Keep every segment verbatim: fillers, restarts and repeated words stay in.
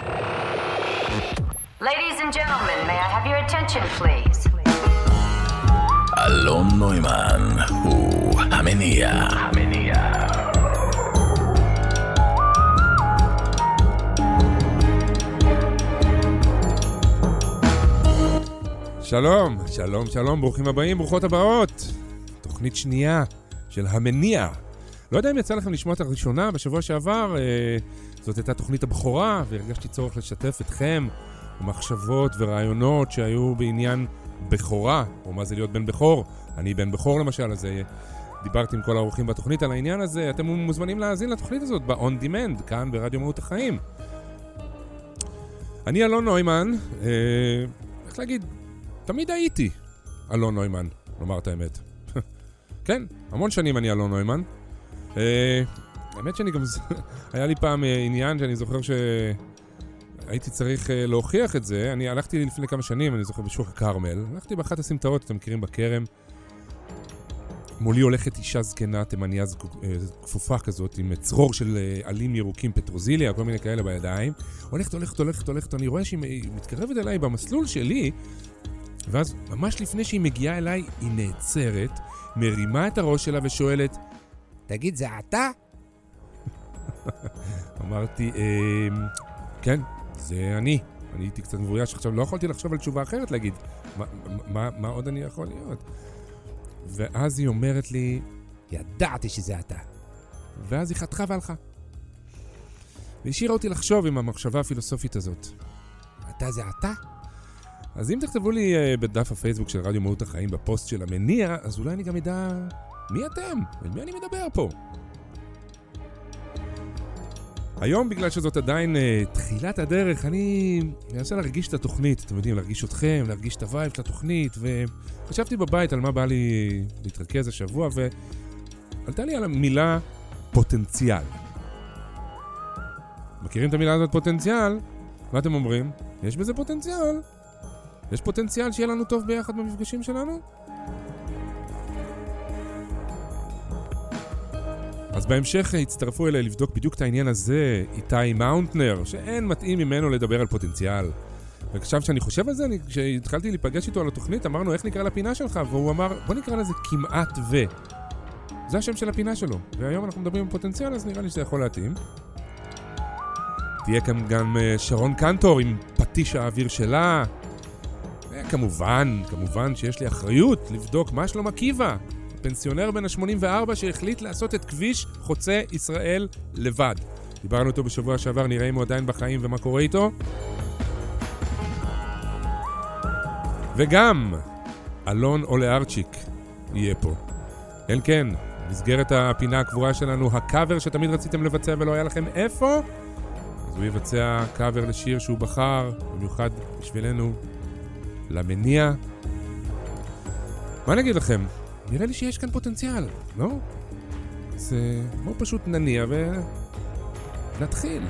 Ladies and gentlemen, may I have your attention, please? אלון נוימן הוא המניע. המניע. שלום, שלום, שלום, ברוכים הבאים, ברוכות הבאות. תוכנית שנייה של המניע. לא יודע אם יצא לכם לשמוע את הראשונה בשבוע שעבר, אה, זאת הייתה תוכנית הבכורה, והרגשתי צורך לשתף אתכם במחשבות ורעיונות שהיו בעניין בכורה, או מה זה להיות בן בכור. אני בן בכור למשל, אז דיברתי עם כל האורחים בתוכנית על העניין הזה. אתם מוזמנים להאזין לתוכנית הזאת ב-on demand, כאן ברדיו מהות החיים. אני אלון נוימן, אה, איך להגיד, תמיד הייתי אלון נוימן, לומר את האמת. כן, המון שנים אני אלון נוימן. אה, האמת שאני גם, היה לי פעם עניין שאני זוכר שהייתי צריך להוכיח את זה. אני הלכתי לפני כמה שנים, אני זוכר בשוק הכרמל, הלכתי באחת הסמטאות, אתם מכירים בכרם. מולי הולכת אישה זקנה, תימניה כפופה כזאת, עם צרור של עלים ירוקים, פטרוזיליה, כל מיני כאלה בידיים. הולכת, הולכת, הולכת, הולכת, אני רואה שהיא מתקרבת אליי במסלול שלי, ואז ממש לפני שהיא מגיעה אליי, היא נעצרת, מרימה את הראש שלה ושואלת, תגיד, זה אתה? אמרתי, כן, זה אני. אני הייתי קצת מבויש, עכשיו לא יכולתי לחשוב על תשובה אחרת להגיד, מה, מה, מה עוד אני יכול להיות? ואז היא אומרת לי, ידעתי שזה אתה. ואז היא חתכה והלכה. והשאירה אותי לחשוב עם המחשבה הפילוסופית הזאת. אתה זה אתה? אז אם תכתבו לי uh, בדף הפייסבוק של רדיו מהות החיים בפוסט של המניע, אז אולי אני גם אדע מי אתם? על מי אני מדבר פה? היום, בגלל שזאת עדיין uh, תחילת הדרך, אני אנסה להרגיש את התוכנית, אתם יודעים, להרגיש אתכם, להרגיש את הווייב של התוכנית, וחשבתי בבית על מה בא לי להתרכז השבוע, ועלתה לי על המילה פוטנציאל. מכירים את המילה הזאת פוטנציאל? מה אתם אומרים? יש בזה פוטנציאל? יש פוטנציאל שיהיה לנו טוב ביחד במפגשים שלנו? אז בהמשך הצטרפו אליי לבדוק בדיוק את העניין הזה, איתי מאונטנר, שאין מתאים ממנו לדבר על פוטנציאל. וכשאב שאני חושב על זה, אני, כשהתחלתי להיפגש איתו על התוכנית, אמרנו, איך נקרא לפינה שלך? והוא אמר, בוא נקרא לזה כמעט ו. זה השם של הפינה שלו. והיום אנחנו מדברים על פוטנציאל, אז נראה לי שזה יכול להתאים. תהיה כאן גם שרון קנטור עם פטיש האוויר שלה. וכמובן, כמובן שיש לי אחריות לבדוק מה שלום עקיבא. פנסיונר בן ה-שמונים וארבע שהחליט לעשות את כביש חוצה ישראל לבד. דיברנו אותו בשבוע שעבר, נראה אם הוא עדיין בחיים ומה קורה איתו. וגם אלון אולארצ'יק יהיה פה. כן, כן, במסגרת הפינה הקבועה שלנו, הקאבר שתמיד רציתם לבצע ולא היה לכם איפה, אז הוא יבצע קאבר לשיר שהוא בחר, במיוחד בשבילנו, למניע. מה נגיד לכם? נראה לי שיש כאן פוטנציאל, לא? אז בואו פשוט נניע ונתחיל.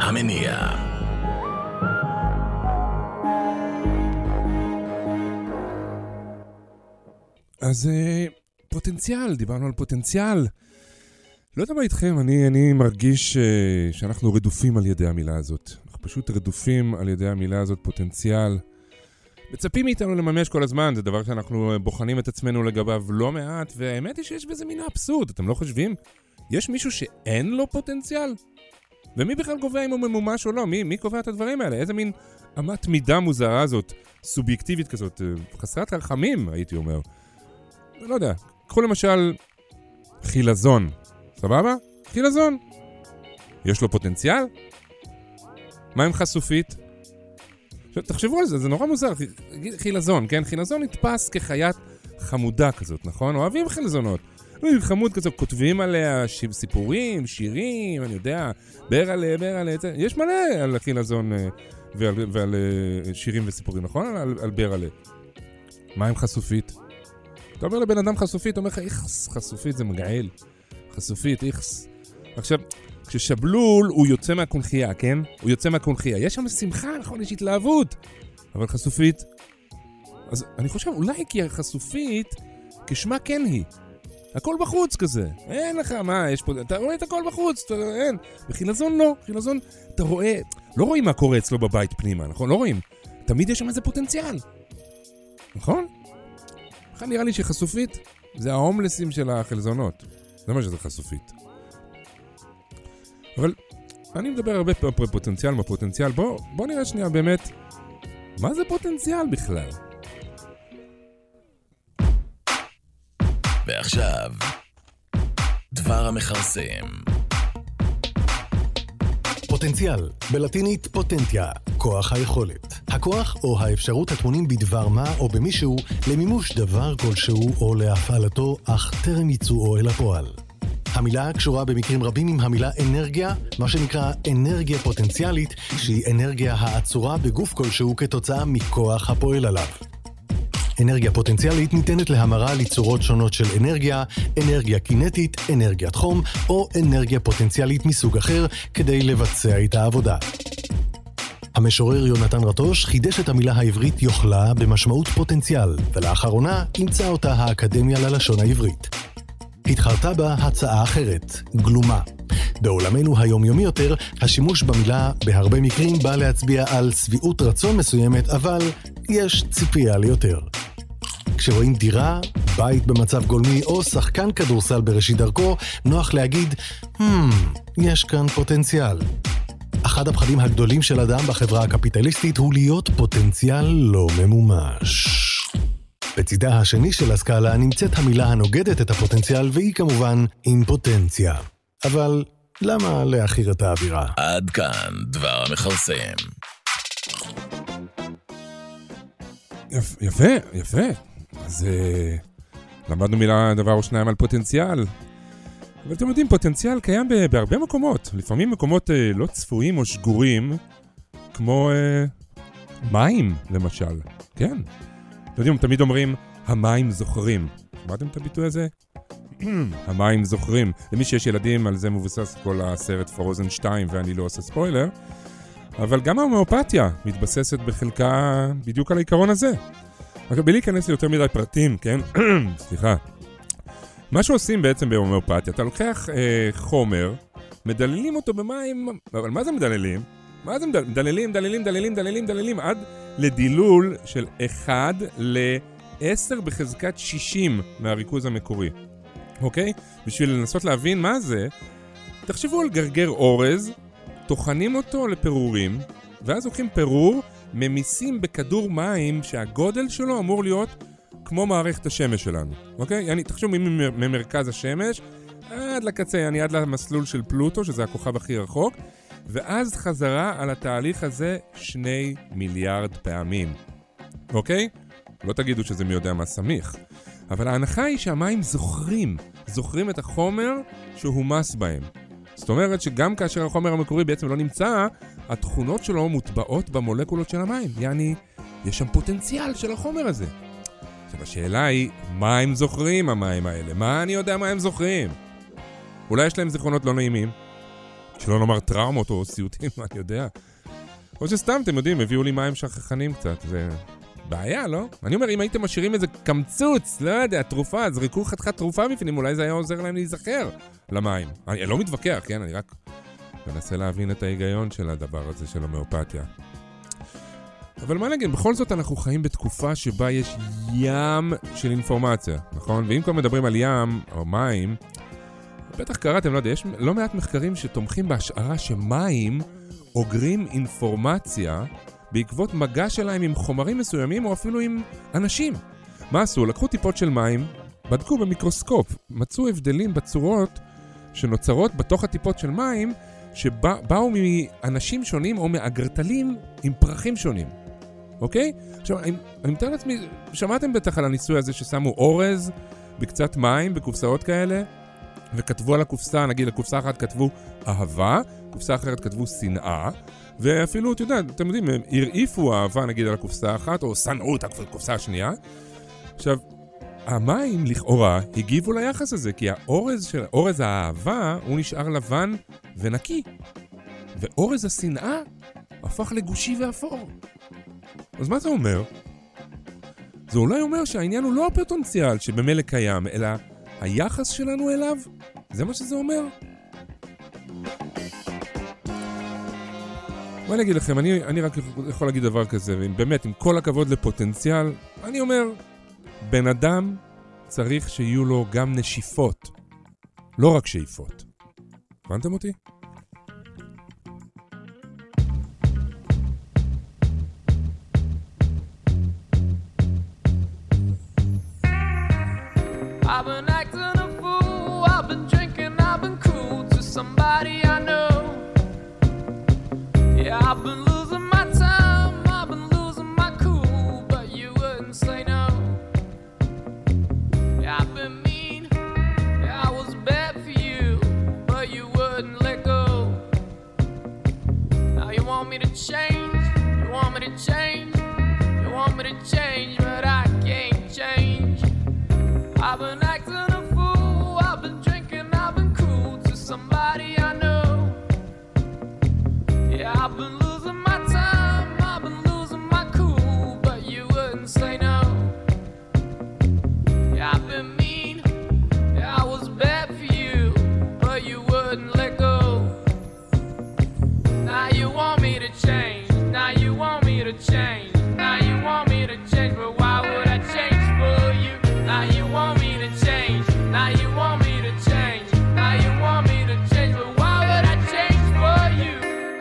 המניע. אז פוטנציאל, דיברנו על פוטנציאל. לא יודע מה איתכם, אני, אני מרגיש uh, שאנחנו רדופים על ידי המילה הזאת. אנחנו פשוט רדופים על ידי המילה הזאת, פוטנציאל. מצפים מאיתנו לממש כל הזמן, זה דבר שאנחנו בוחנים את עצמנו לגביו לא מעט, והאמת היא שיש בזה מין אבסורד, אתם לא חושבים? יש מישהו שאין לו פוטנציאל? ומי בכלל קובע אם הוא ממומש או לא? מי, מי קובע את הדברים האלה? איזה מין אמת מידה מוזרה הזאת, סובייקטיבית כזאת, חסרת רחמים, הייתי אומר. לא יודע, קחו למשל חילזון. סבבה? חילזון. יש לו פוטנציאל? מה עם חשופית? עכשיו, תחשבו על זה, זה נורא מוזר. חילזון, כן? חילזון נתפס כחיית חמודה כזאת, נכון? אוהבים חילזונות. חמוד כזאת, כותבים עליה סיפורים, שירים, אני יודע, בר עליה, בר עליה, יש מלא על חילזון ועל, ועל שירים וסיפורים, נכון? על, על בר עליה. מה עם חשופית? אתה אומר לבן אדם חשופית, אתה אומר לך, איכס, חשופית זה מגעיל. חשופית, איכס. עכשיו, כששבלול הוא יוצא מהקונחייה, כן? הוא יוצא מהקונחייה. יש שם שמחה, נכון? יש התלהבות. אבל חשופית... אז אני חושב, אולי כי החשופית, כשמה כן היא. הכל בחוץ כזה. אין לך, מה, יש פה... אתה רואה את הכל בחוץ, אתה... אין. בחילזון לא. חילזון, אתה רואה... לא רואים מה קורה אצלו בבית פנימה, נכון? לא רואים. תמיד יש שם איזה פוטנציאל. נכון? בכלל נראה לי שחשופית זה ההומלסים של החלזונות. זה מה שזה חשופית. אבל אני מדבר הרבה פעם פוטנציאל מה פוטנציאל. בוא, בוא נראה שנייה באמת, מה זה פוטנציאל בכלל? ועכשיו, דבר המחרסם. פוטנציאל, בלטינית פוטנטיה, כוח היכולת. הכוח או האפשרות הטמונים בדבר מה או במישהו למימוש דבר כלשהו או להפעלתו, אך טרם ייצואו אל הפועל. המילה קשורה במקרים רבים עם המילה אנרגיה, מה שנקרא אנרגיה פוטנציאלית, שהיא אנרגיה העצורה בגוף כלשהו כתוצאה מכוח הפועל עליו. אנרגיה פוטנציאלית ניתנת להמרה לצורות שונות של אנרגיה, אנרגיה קינטית, אנרגיית חום, או אנרגיה פוטנציאלית מסוג אחר, כדי לבצע את העבודה. המשורר יונתן רטוש חידש את המילה העברית יוכלה במשמעות פוטנציאל, ולאחרונה אימצה אותה האקדמיה ללשון העברית. התחרתה בה הצעה אחרת, גלומה. בעולמנו היומיומי יותר, השימוש במילה בהרבה מקרים בא להצביע על סביעות רצון מסוימת, אבל יש ציפייה ליותר. כשרואים דירה, בית במצב גולמי או שחקן כדורסל בראשית דרכו, נוח להגיד, hmm, יש כאן פוטנציאל. אחד הפחדים הגדולים של אדם בחברה הקפיטליסטית הוא להיות פוטנציאל לא ממומש. בצידה השני של הסקאלה נמצאת המילה הנוגדת את הפוטנציאל, והיא כמובן אימפוטנציה. אבל למה להכיר את האווירה? עד כאן דבר המחרסם. יפה, יפה, יפה. אז uh, למדנו מילה דבר או שניים על פוטנציאל. אבל אתם יודעים, פוטנציאל קיים בהרבה מקומות. לפעמים מקומות uh, לא צפויים או שגורים, כמו uh, מים, למשל. כן. אתם יודעים, תמיד אומרים, המים זוכרים. שמעתם את הביטוי הזה? המים זוכרים. למי שיש ילדים, על זה מבוסס כל הסרט פרוזן שתיים, ואני לא עושה ספוילר. אבל גם ההומאופתיה מתבססת בחלקה בדיוק על העיקרון הזה. אבל בלי להיכנס לי יותר מדי פרטים, כן? סליחה. מה שעושים בעצם בהומאופתיה, אתה לוקח אה, חומר, מדללים אותו במים, אבל מה זה מדללים? מה זה מדללים, דללים, דללים, דללים, דללים, עד לדילול של אחד ל-עשר בחזקת שישים מהריכוז המקורי. אוקיי? בשביל לנסות להבין מה זה, תחשבו על גרגר אורז, תוכנים אותו לפירורים, ואז לוקחים פירור, ממיסים בכדור מים שהגודל שלו אמור להיות כמו מערכת השמש שלנו. אוקיי? יעני, תחשבו ממרכז השמש עד לקצה, יעני עד למסלול של פלוטו, שזה הכוכב הכי רחוק, ואז חזרה על התהליך הזה שני מיליארד פעמים. אוקיי? לא תגידו שזה מי יודע מה סמיך. אבל ההנחה היא שהמים זוכרים, זוכרים את החומר שהומס בהם. זאת אומרת שגם כאשר החומר המקורי בעצם לא נמצא, התכונות שלו מוטבעות במולקולות של המים. יעני, יש שם פוטנציאל של החומר הזה. עכשיו, השאלה היא, מה הם זוכרים המים האלה? מה אני יודע מה הם זוכרים? אולי יש להם זיכרונות לא נעימים? שלא נאמר טראומות או סיוטים, אני יודע. או שסתם, אתם יודעים, הביאו לי מים שכחנים קצת, זה בעיה, לא? אני אומר, אם הייתם משאירים איזה קמצוץ, לא יודע, תרופה, זריקו חתיכת תרופה בפנים, אולי זה היה עוזר להם להיזכר למים. אני לא מתווכח, כן? אני רק מנסה להבין את ההיגיון של הדבר הזה, של המאופתיה. אבל מה נגיד, בכל זאת אנחנו חיים בתקופה שבה יש ים של אינפורמציה, נכון? ואם כבר מדברים על ים או מים, בטח קראתם, לא יודע, יש לא מעט מחקרים שתומכים בהשערה שמים אוגרים אינפורמציה בעקבות מגע שלהם עם חומרים מסוימים או אפילו עם אנשים. מה עשו? לקחו טיפות של מים, בדקו במיקרוסקופ, מצאו הבדלים בצורות שנוצרות בתוך הטיפות של מים שבאו מאנשים שונים או מאגרטלים עם פרחים שונים. אוקיי? עכשיו, אני, אני מתאר לעצמי, שמעתם בטח על הניסוי הזה ששמו אורז בקצת מים, בקופסאות כאלה, וכתבו על הקופסה, נגיד לקופסה אחת כתבו אהבה, קופסה אחרת כתבו שנאה, ואפילו, אתה יודע, אתם יודעים, הם הרעיפו אהבה נגיד על הקופסה אחת, או שנאו את הקופסה השנייה. עכשיו, המים לכאורה הגיבו ליחס הזה, כי האורז של אורז האהבה הוא נשאר לבן ונקי, ואורז השנאה הפך לגושי ואפור. אז מה זה אומר? זה אולי אומר שהעניין הוא לא הפוטנציאל שבמילא קיים, אלא היחס שלנו אליו? זה מה שזה אומר? מה אני אגיד לכם? אני, אני רק יכול להגיד דבר כזה, ובאמת, עם כל הכבוד לפוטנציאל, אני אומר, בן אדם צריך שיהיו לו גם נשיפות, לא רק שאיפות. הבנתם אותי? I've been acting a fool, I've been drinking, I've been cruel to somebody I know. Yeah, I've been losing my time, I've been losing my cool, but you wouldn't say no. Yeah, I've been mean, yeah, I was bad for you, but you wouldn't let go. Now you want me to change, you want me to change, you want me to change, but I can't change. I've been acting a fool, I've been drinking, I've been cruel to somebody I know. Yeah, I've been losing my time, I've been losing my cool, but you wouldn't say no. Yeah, I've been mean, yeah, I was bad for you, but you wouldn't let go. Now you want me to change, now you want me to change, now you want me to change, but why would I change for you? Now you want me to change, now you want me to change, now you want me to change, but why would I change for you?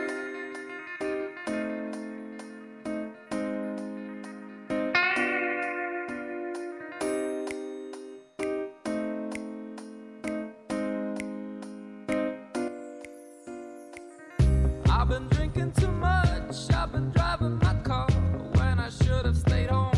I've been drinking too much, I've been driving my car when I should have stayed home.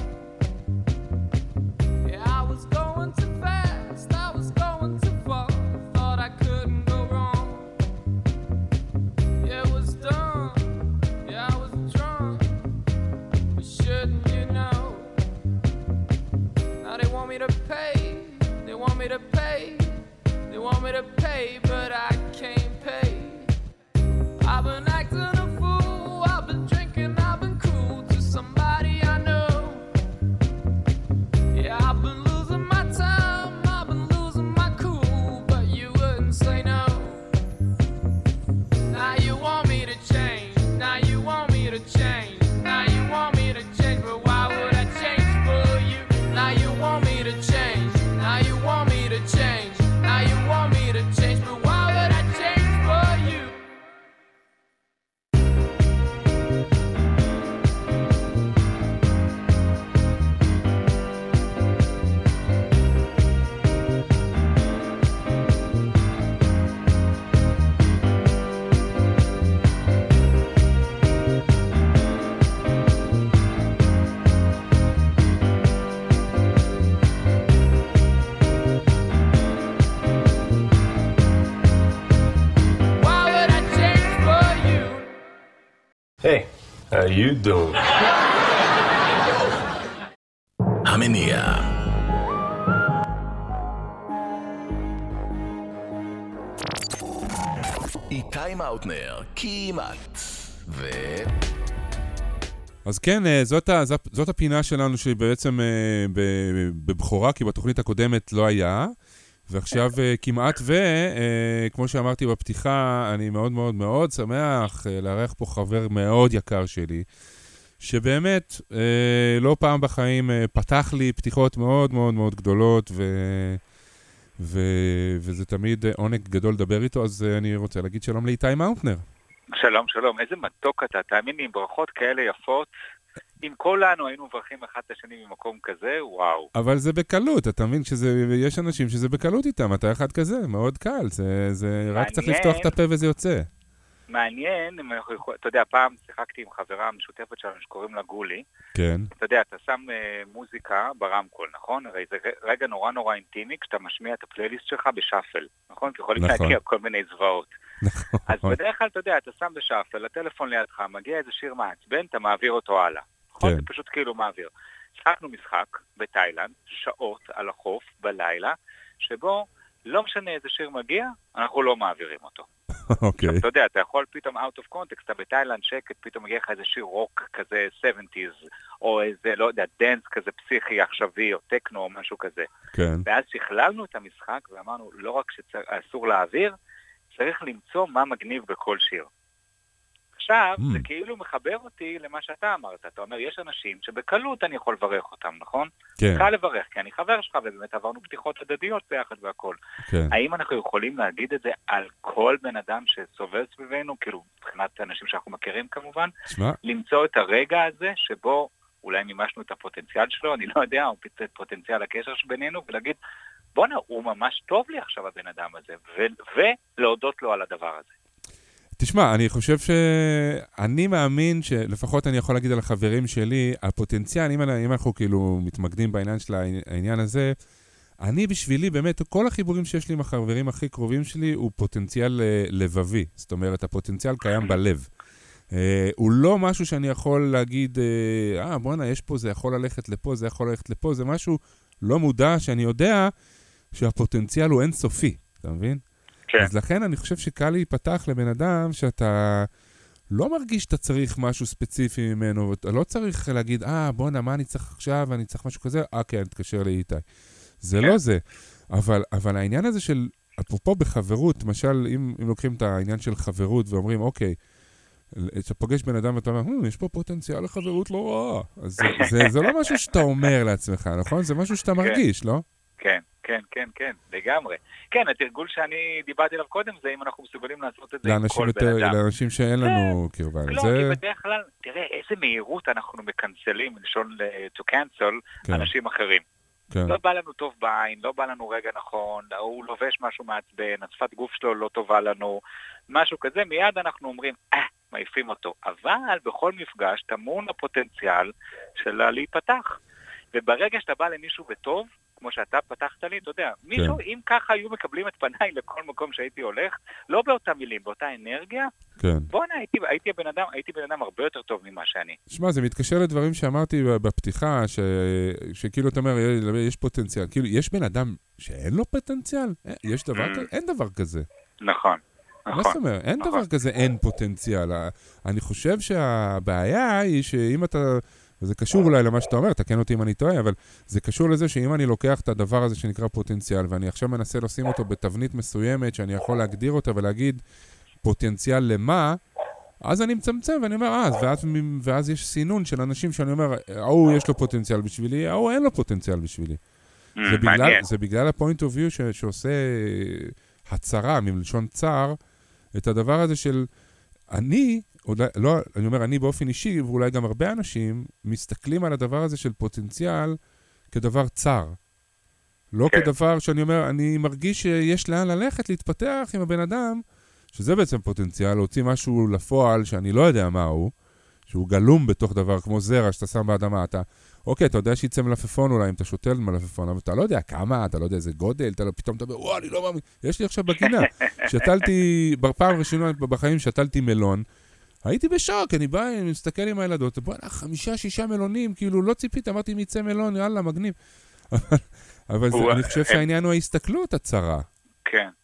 To pay, they want me to pay, but I can't pay. I've been acting a fool, I've been drinking, I've been cruel to somebody I know. Yeah, I've been losing my time, I've been losing my cool, but you wouldn't say no. Now you want me to change, now you want me to change, now you want me to change, but why would I change for you? Now you want me to change, now you want me to change, now you want me to change, but why would I change for you? Hey, how you doing? המניע. טיים אאוטנר, כמעט. ו... אז כן, זאת, זאת הפינה שלנו שבעצם בבחורה, כי בתוכנית הקודמת לא היה, ועכשיו כמעט ו, כמו שאמרתי בפתיחה, אני מאוד מאוד מאוד שמח לארח פה חבר מאוד יקר שלי, שבאמת לא פעם בחיים פתח לי פתיחות מאוד מאוד מאוד גדולות, ו... ו... וזה תמיד עונג גדול לדבר איתו, אז אני רוצה להגיד שלום לאיתי מאוטנר. שלום, שלום, איזה מתוק אתה, תאמין לי, עם ברכות כאלה יפות, אם כולנו היינו מברכים אחד את השני במקום כזה, וואו. אבל זה בקלות, אתה מבין, יש אנשים שזה בקלות איתם, אתה אחד כזה, מאוד קל, זה, זה רק צריך לפתוח את הפה וזה יוצא. מעניין, אתה יודע, פעם שיחקתי עם חברה המשותפת שלנו שקוראים לה גולי. כן. אתה יודע, אתה שם uh, מוזיקה ברמקול, נכון? הרי זה רגע נורא נורא אינטימי כשאתה משמיע את הפלייליסט שלך בשאפל, נכון? כי יכולים נכון. להגיע כל מיני זוועות. נכון. אז בדרך כלל, אתה יודע, אתה שם בשאפל, הטלפון לידך, מגיע איזה שיר מעצבן, אתה מעביר אותו הלאה. נכון? כן. זה פשוט כאילו מעביר. שחקנו משחק בתאילנד, שעות על החוף בלילה, שבו לא משנה איזה שיר מגיע, אנחנו לא מעבירים אותו. אוקיי. אתה יודע, אתה יכול פתאום out of context, אתה בתאילנד שקט, פתאום מגיע לך איזה שיר רוק כזה שבעים, או איזה, לא יודע, דנס כזה פסיכי עכשווי, או טקנו, או משהו כזה. כן. ואז שכללנו את המשחק, ואמרנו, לא רק שאסור להעביר, צריך למצוא מה מגניב בכל שיר. עכשיו, Mm. זה כאילו מחבר אותי למה שאתה אמרת. אתה אומר, יש אנשים שבקלות אני יכול לברך אותם, נכון? כן. קל לברך, כי אני חבר שלך, ובאמת עברנו פתיחות הדדיות ביחד והכל. כן. האם אנחנו יכולים להגיד את זה על כל בן אדם שסובב סביבנו, כאילו, מבחינת אנשים שאנחנו מכירים כמובן, שמה? למצוא את הרגע הזה שבו אולי מימשנו את הפוטנציאל שלו, אני לא יודע, או את פוטנציאל הקשר שבינינו, ולהגיד, בונה, הוא ממש טוב לי עכשיו הבן אדם הזה, ו- ולהודות לו על הדבר הזה. תשמע, אני חושב שאני מאמין שלפחות אני יכול להגיד על החברים שלי, הפוטנציאל, אם, אם אנחנו כאילו מתמקדים בעניין של העניין הזה, אני בשבילי באמת, כל החיבורים שיש לי עם החברים הכי קרובים שלי, הוא פוטנציאל לבבי. זאת אומרת, הפוטנציאל קיים בלב. הוא לא משהו שאני יכול להגיד, אה, בוא'נה, יש פה, זה יכול ללכת לפה, זה יכול ללכת לפה, זה משהו לא מודע שאני יודע שהפוטנציאל הוא אינסופי, אתה מבין? כן. אז לכן אני חושב שקל להיפתח לבן אדם שאתה לא מרגיש שאתה צריך משהו ספציפי ממנו, אתה לא צריך להגיד, אה, בוא'נה, מה אני צריך עכשיו, אני צריך משהו כזה, אה, כן, תתקשר לאיתי. זה כן. לא זה. אבל, אבל העניין הזה של, אפרופו בחברות, למשל, אם, אם לוקחים את העניין של חברות ואומרים, אוקיי, אתה פוגש בן אדם ואתה אומר, יש פה פוטנציאל לחברות לא רע. אז זה, זה, זה לא משהו שאתה אומר לעצמך, נכון? זה משהו שאתה מרגיש, לא? כן, כן, כן, כן, לגמרי. כן, התרגול שאני דיברתי עליו קודם זה אם אנחנו מסוגלים לעשות את זה עם כל בן אדם. לאנשים שאין לנו קרבה. לא, כי בדרך כלל, תראה, איזה מהירות אנחנו מקנצלים, לשון to cancel, אנשים אחרים. לא בא לנו טוב בעין, לא בא לנו רגע נכון, הוא לובש משהו מעצבן, השפת גוף שלו לא טובה לנו, משהו כזה, מיד אנחנו אומרים, אה, מעיפים אותו. אבל בכל מפגש טמון הפוטנציאל שלה להיפתח. וברגע שאתה בא למישהו בטוב, כמו שאתה פתחת לי, אתה יודע, מישהו, אם ככה היו מקבלים את פניי לכל מקום שהייתי הולך, לא באותה מילים, באותה אנרגיה, בוא'נה, הייתי, הייתי בן אדם, הייתי בן אדם הרבה יותר טוב ממה שאני. שמע, זה מתקשר לדברים שאמרתי בפתיחה, ש... שכאילו אתה אומר, יש פוטנציאל. כאילו, יש בן אדם שאין לו פוטנציאל? יש דבר כזה? אין דבר כזה. נכון. מה זאת אומרת? אין דבר כזה, אין פוטנציאל. אני חושב שהבעיה היא שאם אתה... וזה קשור אולי למה שאתה אומר, תקן אותי אם אני טועה, אבל זה קשור לזה שאם אני לוקח את הדבר הזה שנקרא פוטנציאל, ואני עכשיו מנסה לשים אותו בתבנית מסוימת, שאני יכול להגדיר אותה ולהגיד פוטנציאל למה, אז אני מצמצם ואני אומר, אה, ואז, ואז יש סינון של אנשים שאני אומר, ההוא יש לו פוטנציאל בשבילי, ההוא אין לו פוטנציאל בשבילי. זה בגלל, זה בגלל הפוינט אוף ויו ש, שעושה הצרה, מלשון צער, את הדבר הזה של אני, אולי, לא, אני אומר, אני באופן אישי, ואולי גם הרבה אנשים, מסתכלים על הדבר הזה של פוטנציאל כדבר צר. לא כן. כדבר שאני אומר, אני מרגיש שיש לאן ללכת, להתפתח עם הבן אדם, שזה בעצם פוטנציאל, להוציא משהו לפועל שאני לא יודע מה הוא, שהוא גלום בתוך דבר כמו זרע שאתה שם באדמה, אתה, אוקיי, אתה יודע שיצא מלפפון אולי, אם אתה שותה מלפפון, אבל אתה לא יודע כמה, אתה לא יודע איזה גודל, אתה לא, פתאום אתה אומר, וואו, אני לא מאמין, יש לי עכשיו בגינה. שתלתי, בפעם ראשונה בחיים שתלתי מלון, הייתי בשוק, אני בא, אני מסתכל עם הילדות, בוא, חמישה, שישה מלונים, כאילו לא ציפית, אמרתי, מי יצא מלון, יאללה, מגניב. אבל זה, אני חושב שהעניין הוא ההסתכלות הצרה. כן.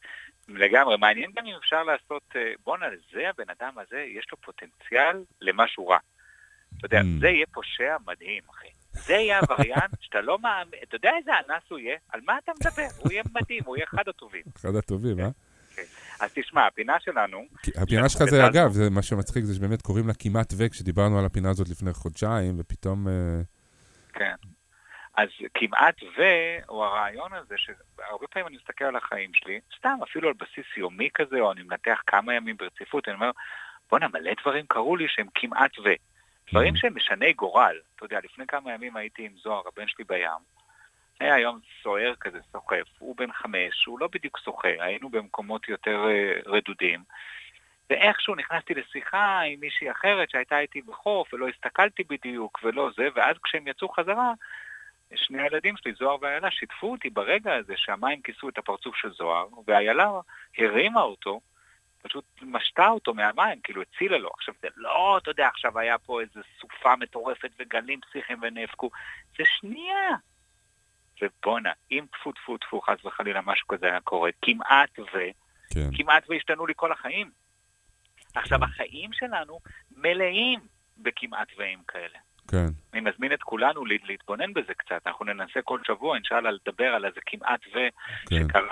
לגמרי, מעניין גם אם אפשר לעשות, בוא נזה, הבן אדם הזה, יש לו פוטנציאל למשהו רע. אתה יודע, זה יהיה פושע מדהים, אחי. זה יהיה הווריאנט שאתה לא מאמין, אתה יודע איזה אנס הוא יהיה? על מה אתה מדבר? הוא יהיה מדהים, הוא יהיה אחד הטובים. אחד הטובים, אה? אז תשמע, הפינה שלנו... הפינה שלך זה, אגב, זה מה שמצחיק, זה שבאמת קוראים לה כמעט וק, שדיברנו על הפינה הזאת לפני חודשיים, ופתאום... כן. אז כמעט ו... הוא הרעיון הזה, שהרבה פעמים אני מסתכל על החיים שלי, סתם, אפילו על בסיס יומי כזה, או אני מנתח כמה ימים ברציפות, אני אומר, בוא נמלא דברים קראו לי שהם כמעט ו... דברים שהם משני גורל. אתה יודע, לפני כמה ימים הייתי עם זוהר, הבן שלי בים. היה היום סוער כזה, סוחף. הוא בן חמש, הוא לא בדיוק סוחר. היינו במקומות יותר uh, רדודים. ואיכשהו נכנסתי לשיחה עם מישהי אחרת שהייתה איתי בחוף, ולא הסתכלתי בדיוק, ולא זה. ואז כשהם יצאו חזרה, שני הילדים שלי, זוהר והאיילה, שיתפו אותי ברגע הזה שהמים כיסו את הפרצוף של זוהר, והאיילה הרימה אותו, פשוט משתה אותו מהמים, כאילו הצילה לו. עכשיו זה לא, אתה יודע, עכשיו היה פה איזו סופה מטורפת וגלים פסיכיים ונאבקו. זה שנייה. ובונה, אם תפו תפו תפו חס וחלילה משהו כזה היה קורה, כמעט ו... כן. כמעט והשתנו לי כל החיים. עכשיו, החיים שלנו מלאים בכמעט ואים כאלה. כן. אני מזמין את כולנו להתבונן בזה קצת. אנחנו ננסה כל שבוע, אינשאללה, לדבר על איזה כמעט ו... כן. שקרה.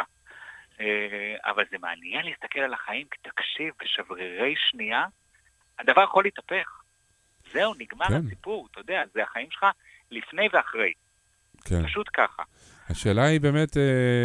אבל זה מעניין להסתכל על החיים, כי תקשיב, בשברירי שנייה, הדבר יכול להתהפך. זהו, נגמר כן. הסיפור, אתה יודע, זה החיים שלך לפני ואחרי. כן. פשוט ככה. השאלה היא באמת,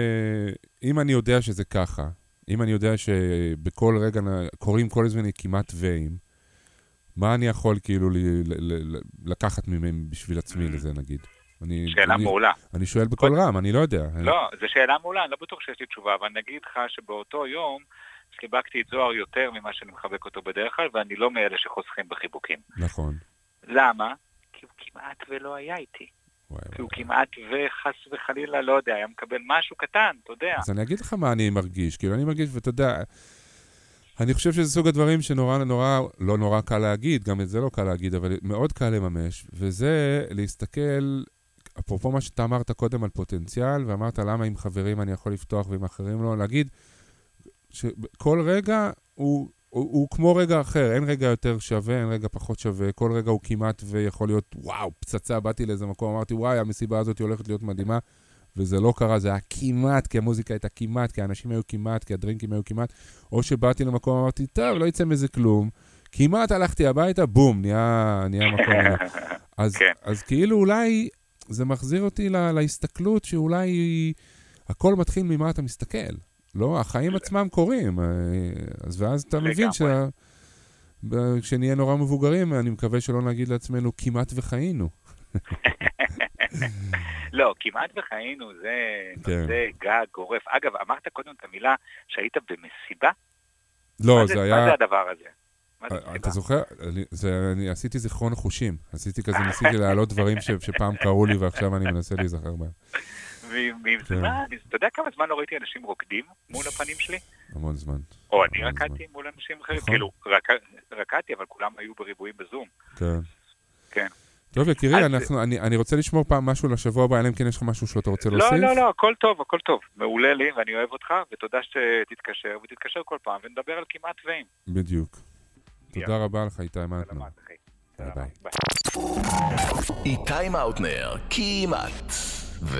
אם אני יודע שזה ככה, אם אני יודע שבכל רגע קוראים כל הזמן כמעט ואים, מה אני יכול כאילו לקחת ממהם בשביל עצמי לזה, נגיד? אני, שאלה אני, מעולה. אני שואל בכל רם, אני לא יודע. לא, זו שאלה מעולה, אני לא בטוח שיש לי תשובה, אבל נגיד לך שבאותו יום חיבקתי את זוהר יותר ממה שאני מחבק אותו בדרך כלל, ואני לא מאלה שחוסכים בחיבוקים. נכון. למה? כי הוא כמעט ולא היה איתי. וואי, כי הוא וואי. כמעט וחס וחלילה, לא יודע, היה מקבל משהו קטן, אתה יודע. אז אני אגיד לך מה אני מרגיש, כאילו אני מרגיש, ואתה יודע, אני חושב שזה סוג הדברים שנורא נורא, לא נורא קל להגיד, גם את זה לא קל להגיד, אבל מאוד קל לממש, וזה להסתכל, אפרופו מה שאתה אמרת קודם על פוטנציאל, ואמרת למה עם חברים אני יכול לפתוח ועם אחרים לא, להגיד שכל רגע הוא, הוא, הוא כמו רגע אחר, אין רגע יותר שווה, אין רגע פחות שווה, כל רגע הוא כמעט ויכול להיות, וואו, פצצה, באתי לאיזה מקום, אמרתי, וואי, המסיבה הזאת הולכת להיות מדהימה, וזה לא קרה, זה היה כמעט, כי המוזיקה הייתה כמעט, כי האנשים היו כמעט, כי הדרינקים היו כמעט, או שבאתי למקום, אמרתי, טוב, לא יצא מזה כלום, כמעט הלכתי הביתה, בום, נהיה, נהיה מקום. אז, כן. אז כאילו אולי זה מחזיר אותי לה, להסתכלות שאולי הכל מתחיל ממה אתה מסתכל. לא, החיים עצמם קורים. אז ואז אתה מבין שכשנהיה נורא מבוגרים, אני מקווה שלא נגיד לעצמנו כמעט וחיינו. לא, כמעט וחיינו, זה נושא גג גורף. אגב, אמרת קודם את המילה שהיית במסיבה? לא, זה היה... מה זה הדבר הזה? אתה זוכר? אני עשיתי זיכרון חושים. עשיתי כזה, ניסיתי להעלות דברים שפעם קראו לי ועכשיו אני מנסה להיזכר בהם. אתה יודע כמה זמן לא ראיתי אנשים רוקדים מול הפנים שלי? המון זמן. או אני רקדתי מול אנשים אחרים. כאילו, רקדתי, אבל כולם היו בריבועים בזום. כן. כן. טוב, יקירי, אני רוצה לשמור פעם משהו לשבוע הבא, אלא אם כן יש לך משהו שאתה רוצה להוסיף? לא, לא, לא, הכל טוב, הכל טוב. מעולה לי, ואני אוהב אותך, ותודה שתתקשר, ותתקשר כל פעם, ונדבר על כמעט ואים. בדיוק. תודה רבה לך, איתי מאוטנר. ביי ביי. איתי מאוטנר, כמעט. ו...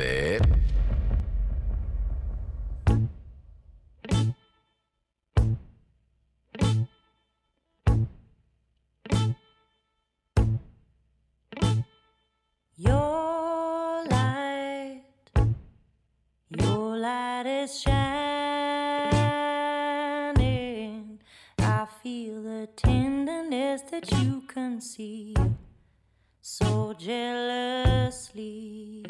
Your light, your light is shining. I feel the tenderness that you conceal so jealously.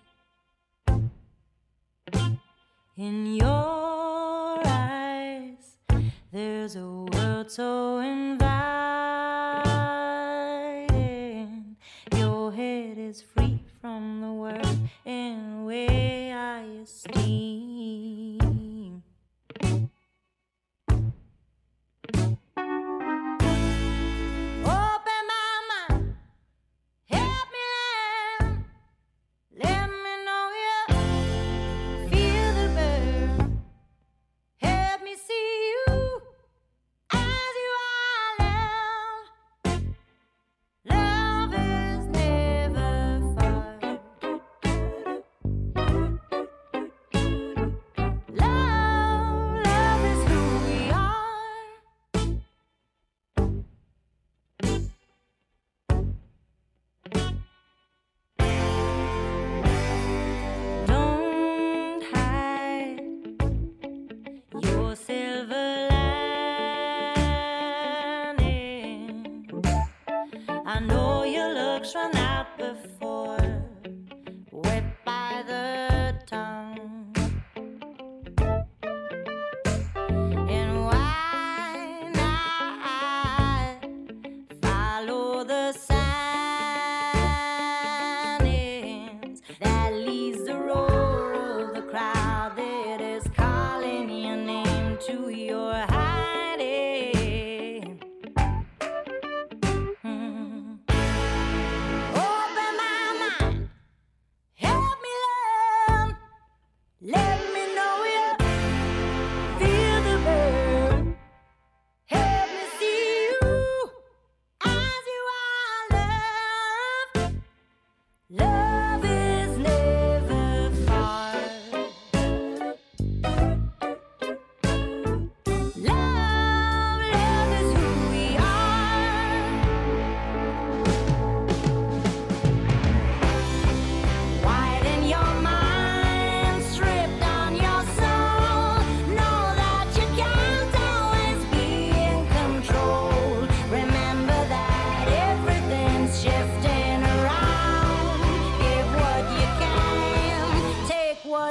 In your eyes, there's a world so inviting. Your head is free from the world in a way I esteem. Open my mind, help me learn. Let me know you feel the burn. Help me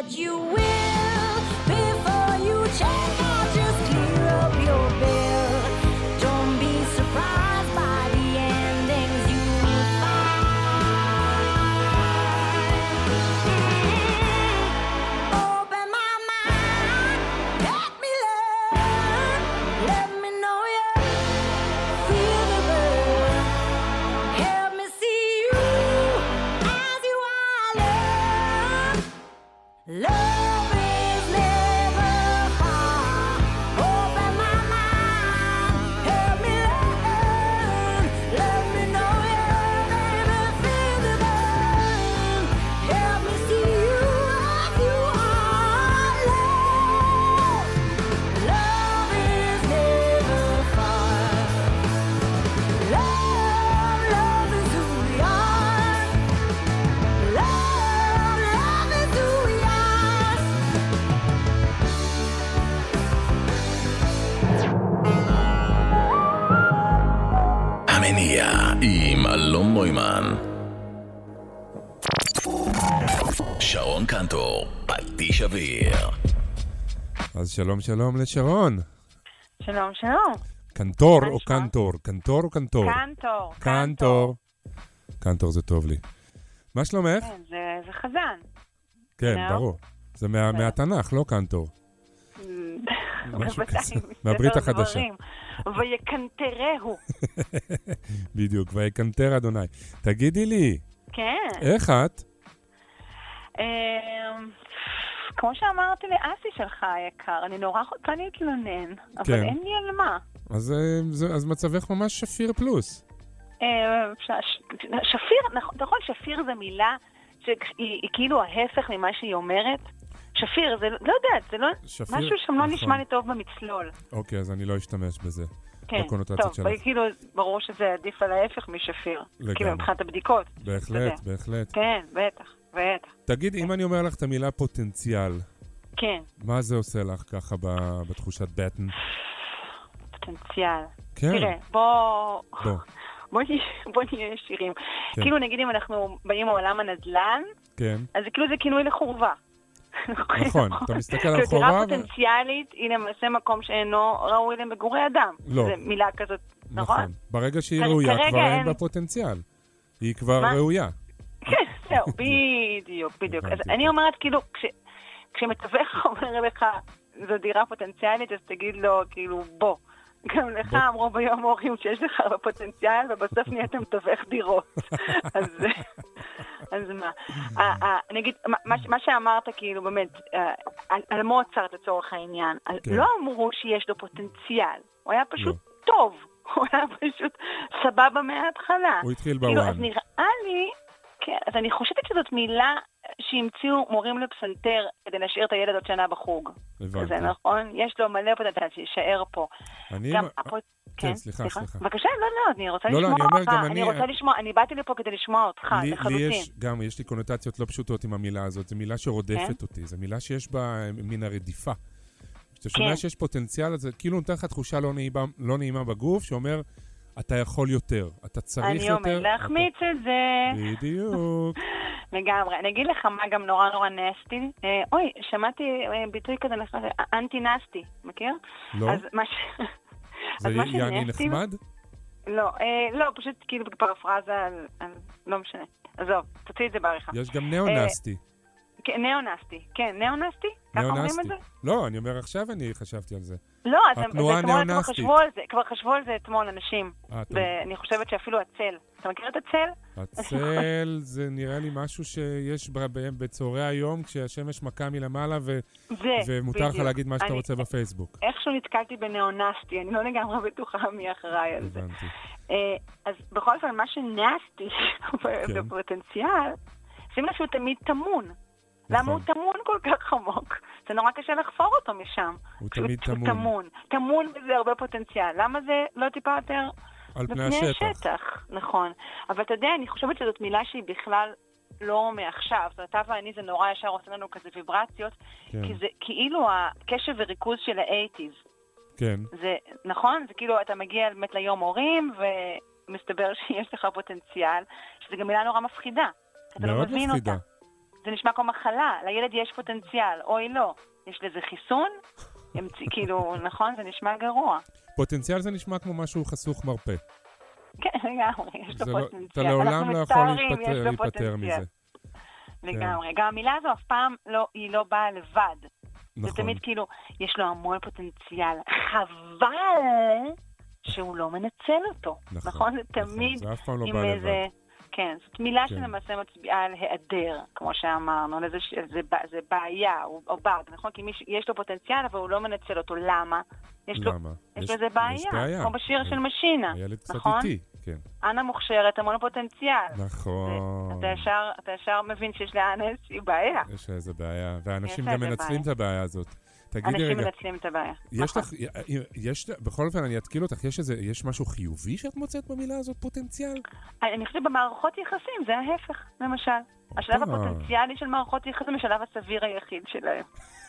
what you will before you check out. Just clear up your bill. Don't be surprised by the endings you find. Open my mind, let me learn, let me know you feel the burn. Help me see you as you are. Love, love is never far. Open my mind, help me learn, let me know you, baby, feel the burn. Help me see you as you are. Love, love is never far. Love, love is who we are. Love, love is who we are. המניע עם אלון נוימן. שרון קנטור, פטיש אוויר. אז שלום שלום לשרון. שלום, שלום. קנטור מה או נשמע? קנטור? קנטור או קנטור? קנטור. קנטור. קנטור זה טוב לי. מה שלומך? כן, זה, זה חזן. כן, נו. ברור. זה מה- מהתנ"ך, לא קנטור. משהו בוודאי, כזה. מספר מהברית החדשה. דברים. ויקנטרהו. בדיוק, ויקנטר אדוני. תגידי לי, כן. איך את? אמ, כמו שאמרתי לאסי שלך היקר, אני נורא רוצה להתלונן, אבל כן. אין לי על מה. אז, אה, זה- אז מצבך ממש שפיר פלוס. אה, ש- ש- שפיר, נכון, נכון, שפיר זה מילה שהיא היא כאילו ההפך ממה שהיא אומרת. שפיר, זה לא לא יודעת, זה לא, שפיר, משהו שם לא נכון. נשמע לי טוב במצלול. אוקיי, אז אני לא אשתמש בזה. כן, בקונוטציות טוב, שלך. כאילו ברור שזה עדיף על ההפך משפיר. לגמרי. כאילו מבחינת הבדיקות. בהחלט, אתה יודע. בהחלט. כן, בטח, בטח. תגיד, אם אני אומר לך את המילה פוטנציאל, כן, מה זה עושה לך ככה ב- בתחושת בטן? פוטנציאל. כן. תראה, בוא... בוא. בוא נהיה- בוא נהיה ישירים. כן. כאילו נגיד אם אנחנו באים מעולם הנדל"ן, כן. אז זה כאילו זה כינוי לחורבה. נכון, אתה מסתכל על כאילו חורבה דירה ו- פוטנציאלית היא למעשה מקום שאינו ראוי למגורי אדם. לא. זה מילה כזאת, נכון? נכון. ברגע שהיא כ- ראויה, כרגע כבר אין אין- בה פוטנציאל. היא כבר מה? ראויה. כן, זהו, בדיוק, בדיוק. אז הבנתי. אני אומרת, כאילו, כש- כשמתווך אומר לך, זו דירה פוטנציאלית, אז תגיד לו, כאילו, בוא. גם לך בוא. אמרו ביום הורים שיש לך הרבה פוטנציאל, ובסוף נהיית מתווך דירות. אז אז מה? אה, אה, נגיד, מה- מה ש- מה שאמרת, כאילו, באמת, אה, על- על מוצרט לצורך העניין, אז כן. לא אמרו שיש לו פוטנציאל, הוא היה פשוט טוב. הוא היה פשוט סבבה מההתחלה. הוא התחיל כאילו, בוואן. אז נראה לי, כן, אז אני חושבת שזאת מילה שהמציאו מורים לפסנתר כדי להשאיר את הילד עוד שנה בחוג. הבנתי. זה נכון? יש לו מלא פוטנציאל שישאר פה. אני... גם אה, הפוט... כן, סליחה, סליחה. בבקשה, לא, לא, אני רוצה לא, לא, לשמוע אני אומר, אותך. גם אני אני- רוצה לשמוע, אני באתי לפה כדי לשמוע אותך, לי, לי לחלוטין. יש, גם יש לי קונוטציות לא פשוטות עם המילה הזאת. זו מילה שרודפת כן? אותי. זו מילה שיש בה אה, מן הרדיפה. כשאתה שומע כן. שיש פוטנציאל, אז זה כאילו נותן לך תחושה לא נעימה, לא נעימה בגוף, שאומר, אתה יכול יותר, אתה צריך אני יותר. עומד להחמיץ את זה. אתה... בדיוק. לגמרי. אני אגיד לך מה גם נורא נורא נסטי. אה, אוי, שמעתי אה, ביטוי כזה נחמד, אנטי נסטי, מכיר? לא? אז מה ש... זה אז מה יעני שנסטי- נחמד? לא, אה, לא, פשוט כאילו בפרפרזה על... על- לא משנה. עזוב, תוציא את זה בעריכה. יש גם ניאו-נסטי. כן, ניאו-נסטי. כן, ניאו-נסטי? ככה אומרים את ניאו-נסטי. זה? לא, אני אומר עכשיו אני חשבתי על זה. לא, אז הם- התנועה ואתמול כבר הניאו-נסטית. חשבו על זה, כבר חשבו על זה אתמול אנשים. אה, טוב. ואני חושבת שאפילו הצל. אתה מכיר את הצל? הצל זה נראה לי משהו שיש ב- ב- בצהרי היום, כשהשמש מכה מלמעלה, ו- זה, ומותר לך בדיוק. להגיד מה שאתה אני- רוצה בפייסבוק. איכשהו נתקלתי בניאו-נסטי, אני לא לגמרי בטוחה מי אחראי על זה. הבנתי. אה, אז בכל אופן, מה שנסטי כן. בפוטנציאל, שים לב שהוא תמיד טמון. למה הוא טמון כל כך עמוק? זה נורא קשה לחפור אותו משם. הוא שהוא- תמיד שהוא טמון. טמון. טמון בזה הרבה פוטנציאל. למה זה לא טיפה יותר על פני בפני השטח. השטח? נכון. אבל אתה יודע, אני חושבת שזאת מילה שהיא בכלל לא מעכשיו. זאת אומרת, אתה ואני זה נורא ישר עושה לנו כזה ויברציות, כן. כי זה כאילו הקשב וריכוז של ה-שמונים. כן. זה, נכון? זה כאילו אתה מגיע באמת ליום הורים, ומסתבר שיש לך פוטנציאל, שזו גם מילה נורא מפחידה. אתה לא מאוד מבין מפחידה. אותה. זה נשמע כמו מחלה, לילד יש פוטנציאל, אוי לא. יש לזה חיסון? כאילו, נכון? זה נשמע גרוע. פוטנציאל זה נשמע כמו משהו חסוך מרפא. כן, לגמרי, יש לו פוטנציאל. אתה לעולם לא יכול להיפטר מזה. לגמרי. גם המילה הזו אף פעם היא לא באה לבד. נכון. זה תמיד כאילו, יש לו המון פוטנציאל. חבל שהוא לא מנצל אותו. נכון? זה תמיד זה אף פעם לא עם בא איזה... לבד. כן, זאת מילה שלמעשה מצביעה על היעדר, כמו שאמרנו, זה, זה, זה בעיה או, או באג, נכון? כי מי, יש לו פוטנציאל, אבל הוא לא מנצל אותו. למה? יש למה? לו, יש, יש לו איזה בעיה, כמו בשיר של משינה, הילד קצת נכון? איתי, כן. אנה מוכשרת, המון פוטנציאל. נכון. אתה ישר, אתה ישר מבין שיש לאנה איזושהי בעיה. יש איזה בעיה, ואנשים גם מנצלים את הבעיה הזאת. תגידי אנשים רגע, מנצלים את הבעיה. יש לך, יש, בכל אופן אני אתקיל אותך, יש איזה, יש משהו חיובי שאת מוצאת במילה הזאת, פוטנציאל? אני חושבת במערכות יחסים, זה ההפך, למשל. השלב הפוטנציאלי של מערכות יחסים, השלב הסביר היחיד שלהם.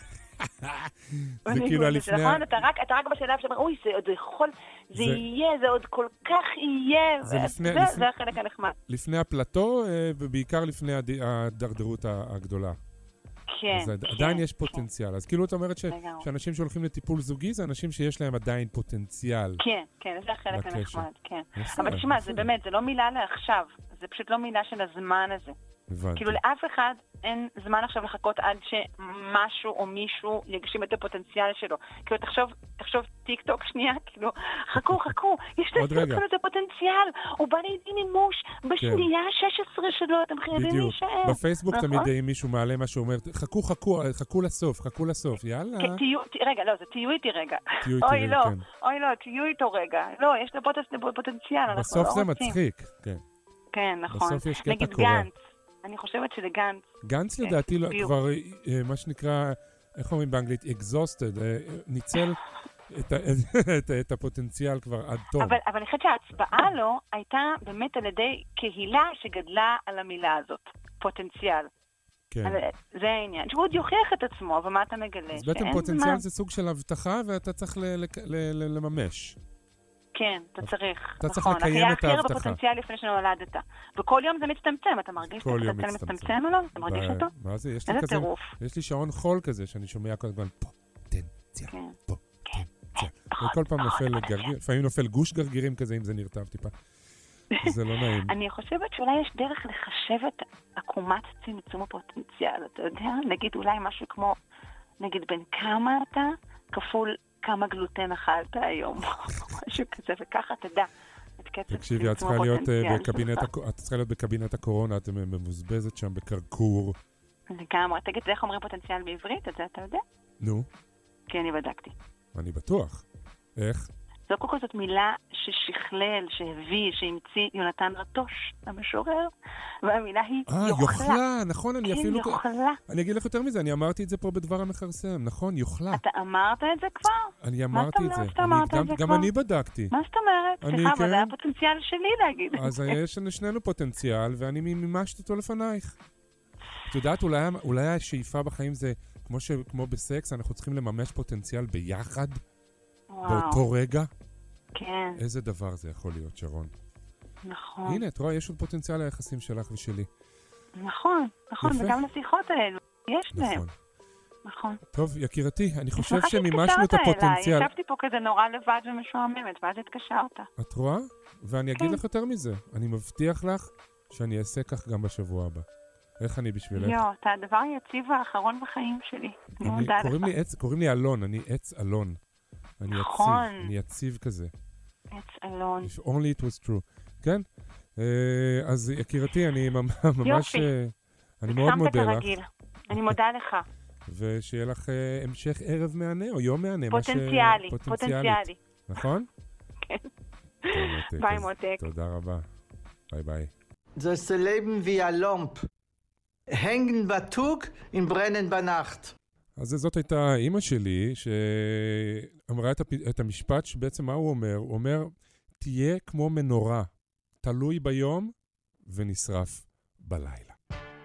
זה כאילו לפני... נכון, אתה רק בשלב שאומר, אוי, זה עוד יכול, זה יהיה, זה עוד כל כך יהיה, זה החלק הנחמד. לפני הפלטו, ובעיקר לפני הדרדרות הגדולה. כן. אז עדיין יש פוטנציאל. אז כאילו את אומרת שאנשים שהולכים לטיפול זוגי, זה אנשים שיש להם עדיין פוטנציאל. כן, כן, זה החלק הנחמד, כן. אבל תשמע, זה באמת, זה לא מילה לעכשיו, זה פשוט לא מילה של הזמן הזה. כאילו לאף אחד אין זמן עכשיו לחכות עד שמשהו או מישהו יגשים את הפוטנציאל שלו. כאילו תחשוב, תחשוב טיק טוק שנייה, כאילו חכו, חכו, יש לזה את הפוטנציאל, הוא בא לידי מימוש בשנייה ה-שש עשרה שלו, אתם חייבים להישאר. בפייסבוק תמיד אם מישהו מעלה משהו אומר, חכו, חכו, חכו לסוף, חכו לסוף, יאללה. רגע, לא, זה תהיו איתי רגע. אוי לא, אוי לא, תהיו איתו רגע. לא, יש לו פוטנציאל, בסוף זה מצחיק, כן. כן, נכון. בסוף יש קטע קורה. אני חושבת שזה גנץ. גנץ לדעתי כבר, מה שנקרא, איך אומרים באנגלית, exhausted, ניצל את הפוטנציאל כבר עד טוב. אבל אני חושבת שההצבעה לו הייתה באמת על ידי קהילה שגדלה על המילה הזאת, פוטנציאל. כן. זה העניין. שהוא עוד יוכיח את עצמו, אבל מה אתה מגלה? אז בעצם פוטנציאל זה סוג של הבטחה, ואתה צריך לממש. כן, אתה צריך. אתה צריך לקיים את ההבטחה. להכיר בפוטנציאל לפני שנולדת. וכל יום זה מצטמצם, אתה מרגיש שזה מצטמצם או לא? אתה מרגיש אותו? מה זה? יש לי כזה, יש לי שעון חול כזה שאני שומע כל הזמן פוטנציאל, פוטנציאל. וכל פעם נופל גרגיר, לפעמים נופל גוש גרגירים כזה אם זה נרטב טיפה. זה לא נעים. אני חושבת שאולי יש דרך לחשב את עקומת צמצום הפוטנציאל, אתה יודע? נגיד אולי משהו כמו, נגיד בין כמה אתה כפול כמה גלוטן אכלת היום, משהו כזה, וככה תדע. תקשיבי, את צריכה להיות בקבינט הקורונה, את מבוזבזת שם בקרקור. לגמרי, תגיד, איך אומרים פוטנציאל בעברית? את זה אתה יודע? נו. כן, אני בדקתי. אני בטוח. איך? זו כל כך זאת מילה ששכלל, שהביא, שהמציא יונתן רטוש, המשורר, והמילה היא יוכלה. אה, יוכלה, נכון, אני אפילו... כן, יוכלה. אני אגיד לך יותר מזה, אני אמרתי את זה פה בדבר המחרסם, נכון, יוכלה. אתה אמרת את זה כבר? אני אמרתי את זה. מה אתה אמרת את זה כבר? גם אני בדקתי. מה זאת אומרת? סליחה, אבל זה היה פוטנציאל שלי להגיד. אז יש לשנינו פוטנציאל, ואני מימשת אותו לפנייך. את יודעת, אולי השאיפה בחיים זה, כמו בסקס, אנחנו צריכים לממש פוטנציאל ביחד. באותו רגע? כן. איזה דבר זה יכול להיות, שרון? נכון. הנה, את רואה, יש עוד פוטנציאל היחסים שלך ושלי. נכון, נכון, וגם לשיחות האלו, יש להם. נכון. נכון. טוב, יקירתי, אני חושב שמימשנו את הפוטנציאל. ישבתי פה כזה נורא לבד ומשועממת, ואז התקשרת. את רואה? ואני אגיד לך יותר מזה, אני מבטיח לך שאני אעשה כך גם בשבוע הבא. איך אני בשבילך? יו, אתה הדבר היציב האחרון בחיים שלי. אני מודה לך. קוראים לי אלון, אני עץ אלון. אני נכון. יציב, אני יציב כזה. עץ אלון. If only it was true. כן? אז יקירתי, אני ממש... אני מאוד מודה לך. אני מודה לך. ושיהיה לך המשך ערב מענה, או יום מענה. פוטנציאלי, פוטנציאלי. נכון? כן. ביי מותק. תודה רבה. ביי ביי. Das Leben wie ein Lump. Hängen בתוק und brennen בנחת. אז זאת הייתה אימא שלי, שאמרה את, הפ... את המשפט שבעצם מה הוא אומר? הוא אומר, תהיה כמו מנורה, תלוי ביום ונשרף בלילה.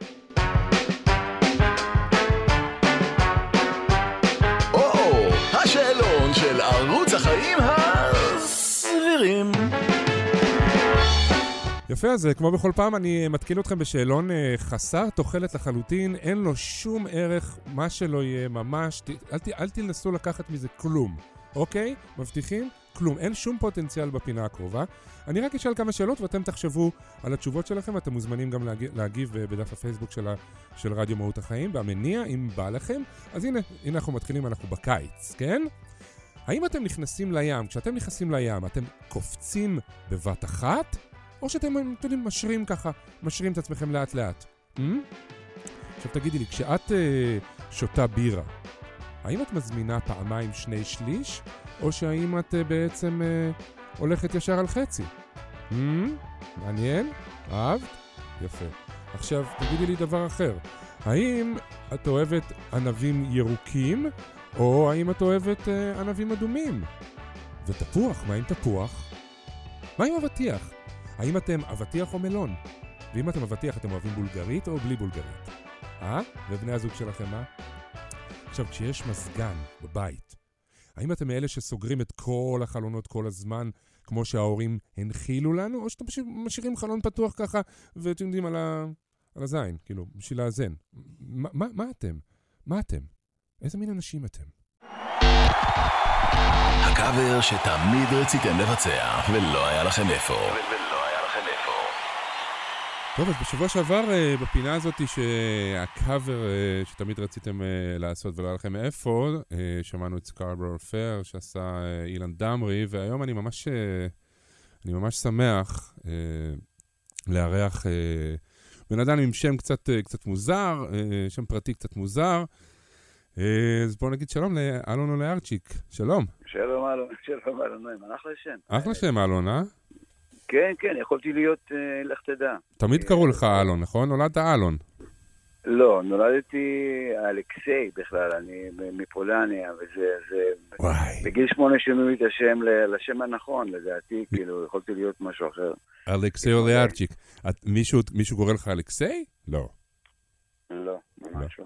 או, השאלון של ערוץ החיים הסבירים. יפה, אז כמו בכל פעם אני מתקיל אתכם בשאלון חסר תוחלת לחלוטין, אין לו שום ערך, מה שלא יהיה ממש, אל, ת, אל תנסו לקחת מזה כלום, אוקיי? מבטיחים? כלום, אין שום פוטנציאל בפינה הקרובה. אני רק אשאל כמה שאלות ואתם תחשבו על התשובות שלכם, אתם מוזמנים גם להגיב, להגיב בדף הפייסבוק של, ה, של רדיו מהות החיים, והמניע, אם בא לכם. אז הנה, הנה אנחנו מתחילים, אנחנו בקיץ, כן? האם אתם נכנסים לים, כשאתם נכנסים לים, אתם קופצים בבת אחת? או שאתם, אתם יודעים, משרים ככה, משרים את עצמכם לאט לאט. Mm? עכשיו תגידי לי, כשאת אה, שותה בירה, האם את מזמינה פעמיים שני שליש, או שהאם את אה, בעצם אה, הולכת ישר על חצי? Mm? מעניין? אהבת? יפה. עכשיו תגידי לי דבר אחר. האם את אוהבת ענבים ירוקים, או האם את אוהבת אה, ענבים אדומים? ותפוח, מה עם תפוח? מה עם אבטיח? האם אתם אבטיח או מלון? ואם אתם אבטיח, אתם אוהבים בולגרית או בלי בולגרית? אה? ובני הזוג שלכם, מה? עכשיו, כשיש מזגן בבית, האם אתם מאלה שסוגרים את כל החלונות כל הזמן, כמו שההורים הנחילו לנו, או שאתם פשוט משאירים חלון פתוח ככה, ואתם יודעים על, ה... על הזין, כאילו, בשביל לאזן? מה, מה, מה אתם? מה אתם? איזה מין אנשים אתם? הקאבר שתמיד רציתם לבצע, ולא היה לכם איפה. טוב, אז בשבוע שעבר, בפינה הזאת שהקאבר שתמיד רציתם לעשות ולא היה לכם איפה, שמענו את סקרברו פייר שעשה אילן דמרי, והיום אני ממש, אני ממש שמח לארח בן אדם עם שם קצת, קצת מוזר, שם פרטי קצת מוזר. אז בואו נגיד שלום לאלון אוליירצ'יק. שלום. שלום אלון, שלום אלון נוימן, אחלה שם. אחלה שם אלון, אה? כן, כן, יכולתי להיות, לך תדע. תמיד קראו לך אלון, נכון? נולדת אלון. לא, נולדתי אלכסיי בכלל, אני מפולניה, וזה, זה... וואי. בגיל שמונה שינו את השם לשם הנכון, לדעתי, כאילו, יכולתי להיות משהו אחר. אלכסיי אוליירצ'יק. מישהו קורא לך אלכסיי? לא. לא, ממש לא.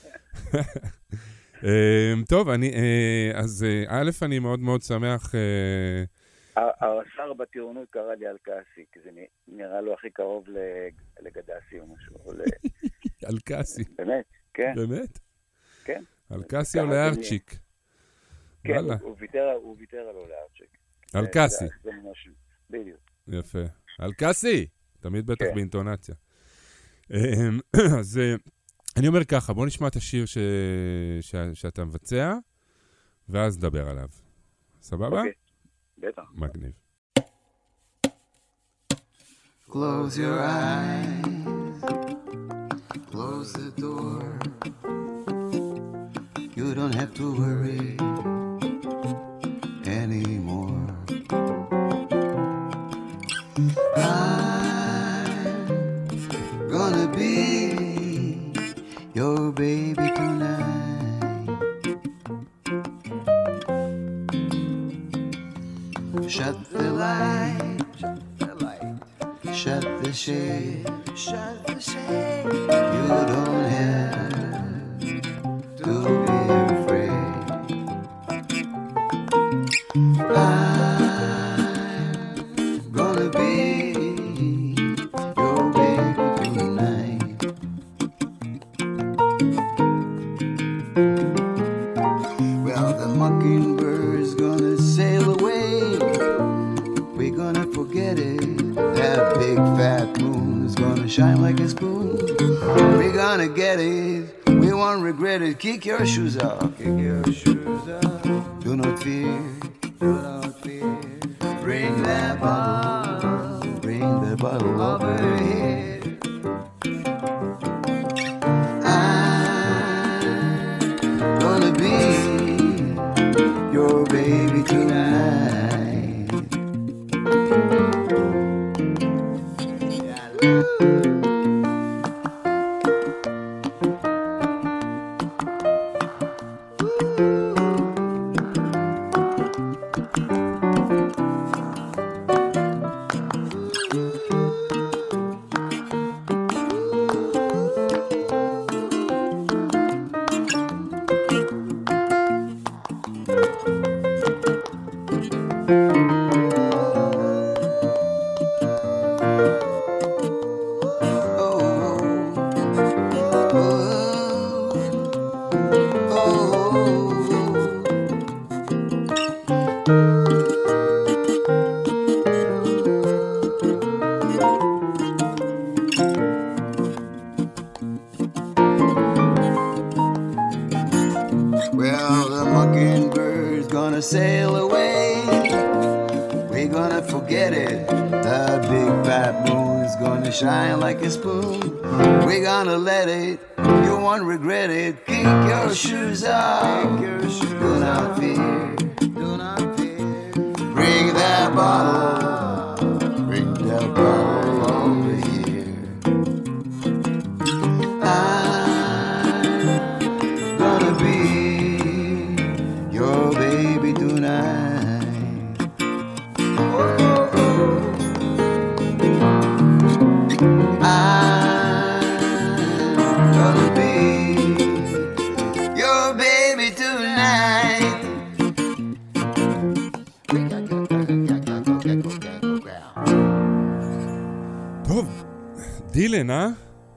טוב, אני, אז א', אני מאוד מאוד שמח. השר בטירונות קרא לי אלקאסי, כי זה נראה לו הכי קרוב לגדסי או משהו. אלקאסי. באמת, כן. באמת? כן. אלקאסי או לארצ'יק? כן, הוא ויתר על אוליירצ'יק. אלקאסי. בדיוק. יפה. אלקאסי! תמיד בטח באינטונציה. אז אני אומר ככה, בוא נשמע את השיר ש... ש... שאתה מבצע, ואז נדבר עליו. סבבה? אוקיי, בטח. מגניב. Close your eyes, close the door. You don't have to worry anymore. I'm gonna be your baby tonight. Shut the light, shut the light, shut the shade, shut the shade. You don't have to be afraid. I'm gonna be your baby tonight. Well, the mockingbird's gonna sail away. We're gonna forget it. That big fat moon's gonna shine like a spoon. We're gonna get it. We won't regret it. Kick your shoes off. Kick your shoes off. Do not fear. Do not fear. Bring that bottle. Bring that bottle over here. I'm gonna be your baby tonight. sail away. We're gonna forget it. The big fat moon is gonna shine like a spoon. We're gonna let it. You won't regret it. Kick your shoes off. Do not fear. Do not fear. Bring that bottle. Bring that bottle over here. I'm gonna be your baby tonight. Oh, oh, oh. I'm gonna be your baby tonight. טוב, דילן, אה?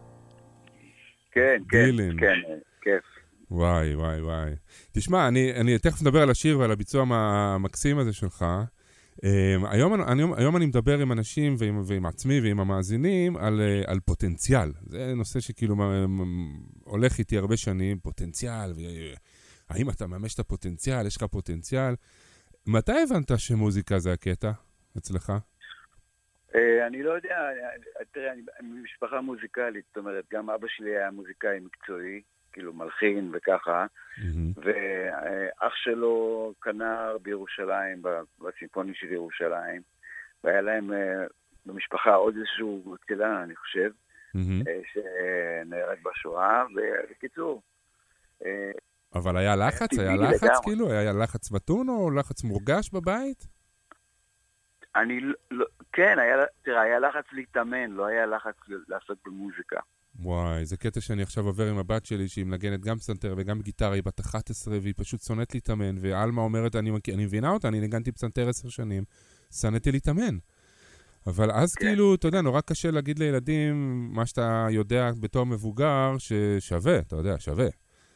כן, כן, דילן. כן, כיף. וואי, וואי, וואי. תשמע, אני, אני תכף מדבר על השיר ועל הביצוע המקסים הזה שלך. Um, היום, אני, היום אני מדבר עם אנשים ועם, ועם עצמי ועם המאזינים על, על פוטנציאל. זה נושא שכאילו הולך איתי הרבה שנים, פוטנציאל, ו... האם אתה ממש את הפוטנציאל, יש לך פוטנציאל? מתי הבנת שמוזיקה זה הקטע אצלך? אני לא יודע, תראה, אני משפחה מוזיקלית, זאת אומרת, גם אבא שלי היה מוזיקאי מקצועי, כאילו מלחין וככה, ואח שלו כנר בירושלים, בסימפוני של ירושלים, והיה להם במשפחה עוד איזשהו קטלן, אני חושב, שנהרג בשואה, ובקיצור... אבל היה לחץ? היה לחץ כאילו? היה לחץ מתון או לחץ מורגש בבית? אני לא... כן, היה, תראה, היה לחץ להתאמן, לא היה לחץ לעשות במוזיקה. וואי, זה קטע שאני עכשיו עובר עם הבת שלי, שהיא מנגנת גם פסנתר וגם גיטרה, היא בת אחת עשרה, והיא פשוט שונאת להתאמן, ואלמה אומרת, אני, אני מבינה אותה, אני נגנתי פסנתר עשר שנים, שונאתי להתאמן. אבל אז כן. כאילו, אתה יודע, נורא קשה להגיד לילדים, מה שאתה יודע בתור מבוגר, ששווה, אתה יודע, שווה.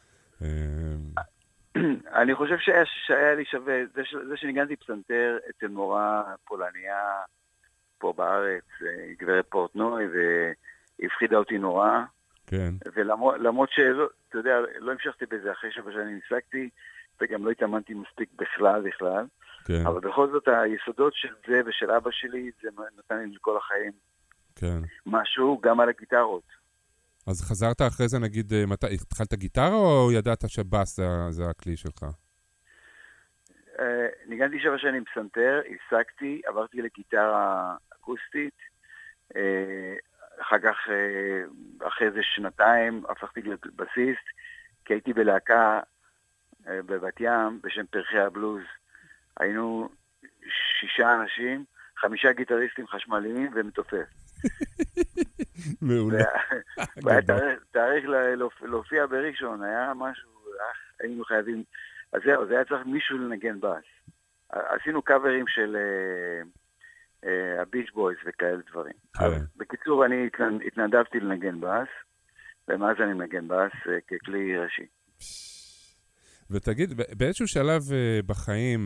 אני חושב שהיה, שהיה לי שווה, זה, זה שניגנתי פסנתר אצל מורה פולניה פה בארץ, גברת פורטנוי, והפחידה אותי נורא. כן. ולמרות שלא, אתה יודע, לא המשכתי בזה אחרי שבע שנים הפסקתי, וגם לא התאמנתי מספיק בכלל בכלל. כן. אבל בכל זאת היסודות של זה ושל אבא שלי, זה נתן לי לכל החיים. כן. משהו גם על הגיטרות. אז חזרת אחרי זה, נגיד, מתי, התחלת גיטרה או ידעת שבאס זה, זה הכלי שלך? Uh, ניגנתי שבע שנים פסנתר, הפסקתי, עברתי לגיטרה אקוסטית, uh, אחר כך, uh, אחרי איזה שנתיים, הפכתי להיות בסיסט, כי הייתי בלהקה uh, בבת ים, בשם פרחי הבלוז. היינו שישה אנשים, חמישה גיטריסטים חשמליים ומתופף. מעולה. והיה תאריך להופיע בראשון, היה משהו, היינו חייבים, אז זהו, זה היה צריך מישהו לנגן בס. עשינו קאברים של הביץ' בויז וכאלה דברים. בקיצור, אני התנדבתי לנגן בס, ומאז אני מנגן בס ככלי ראשי. ותגיד, באיזשהו שלב בחיים,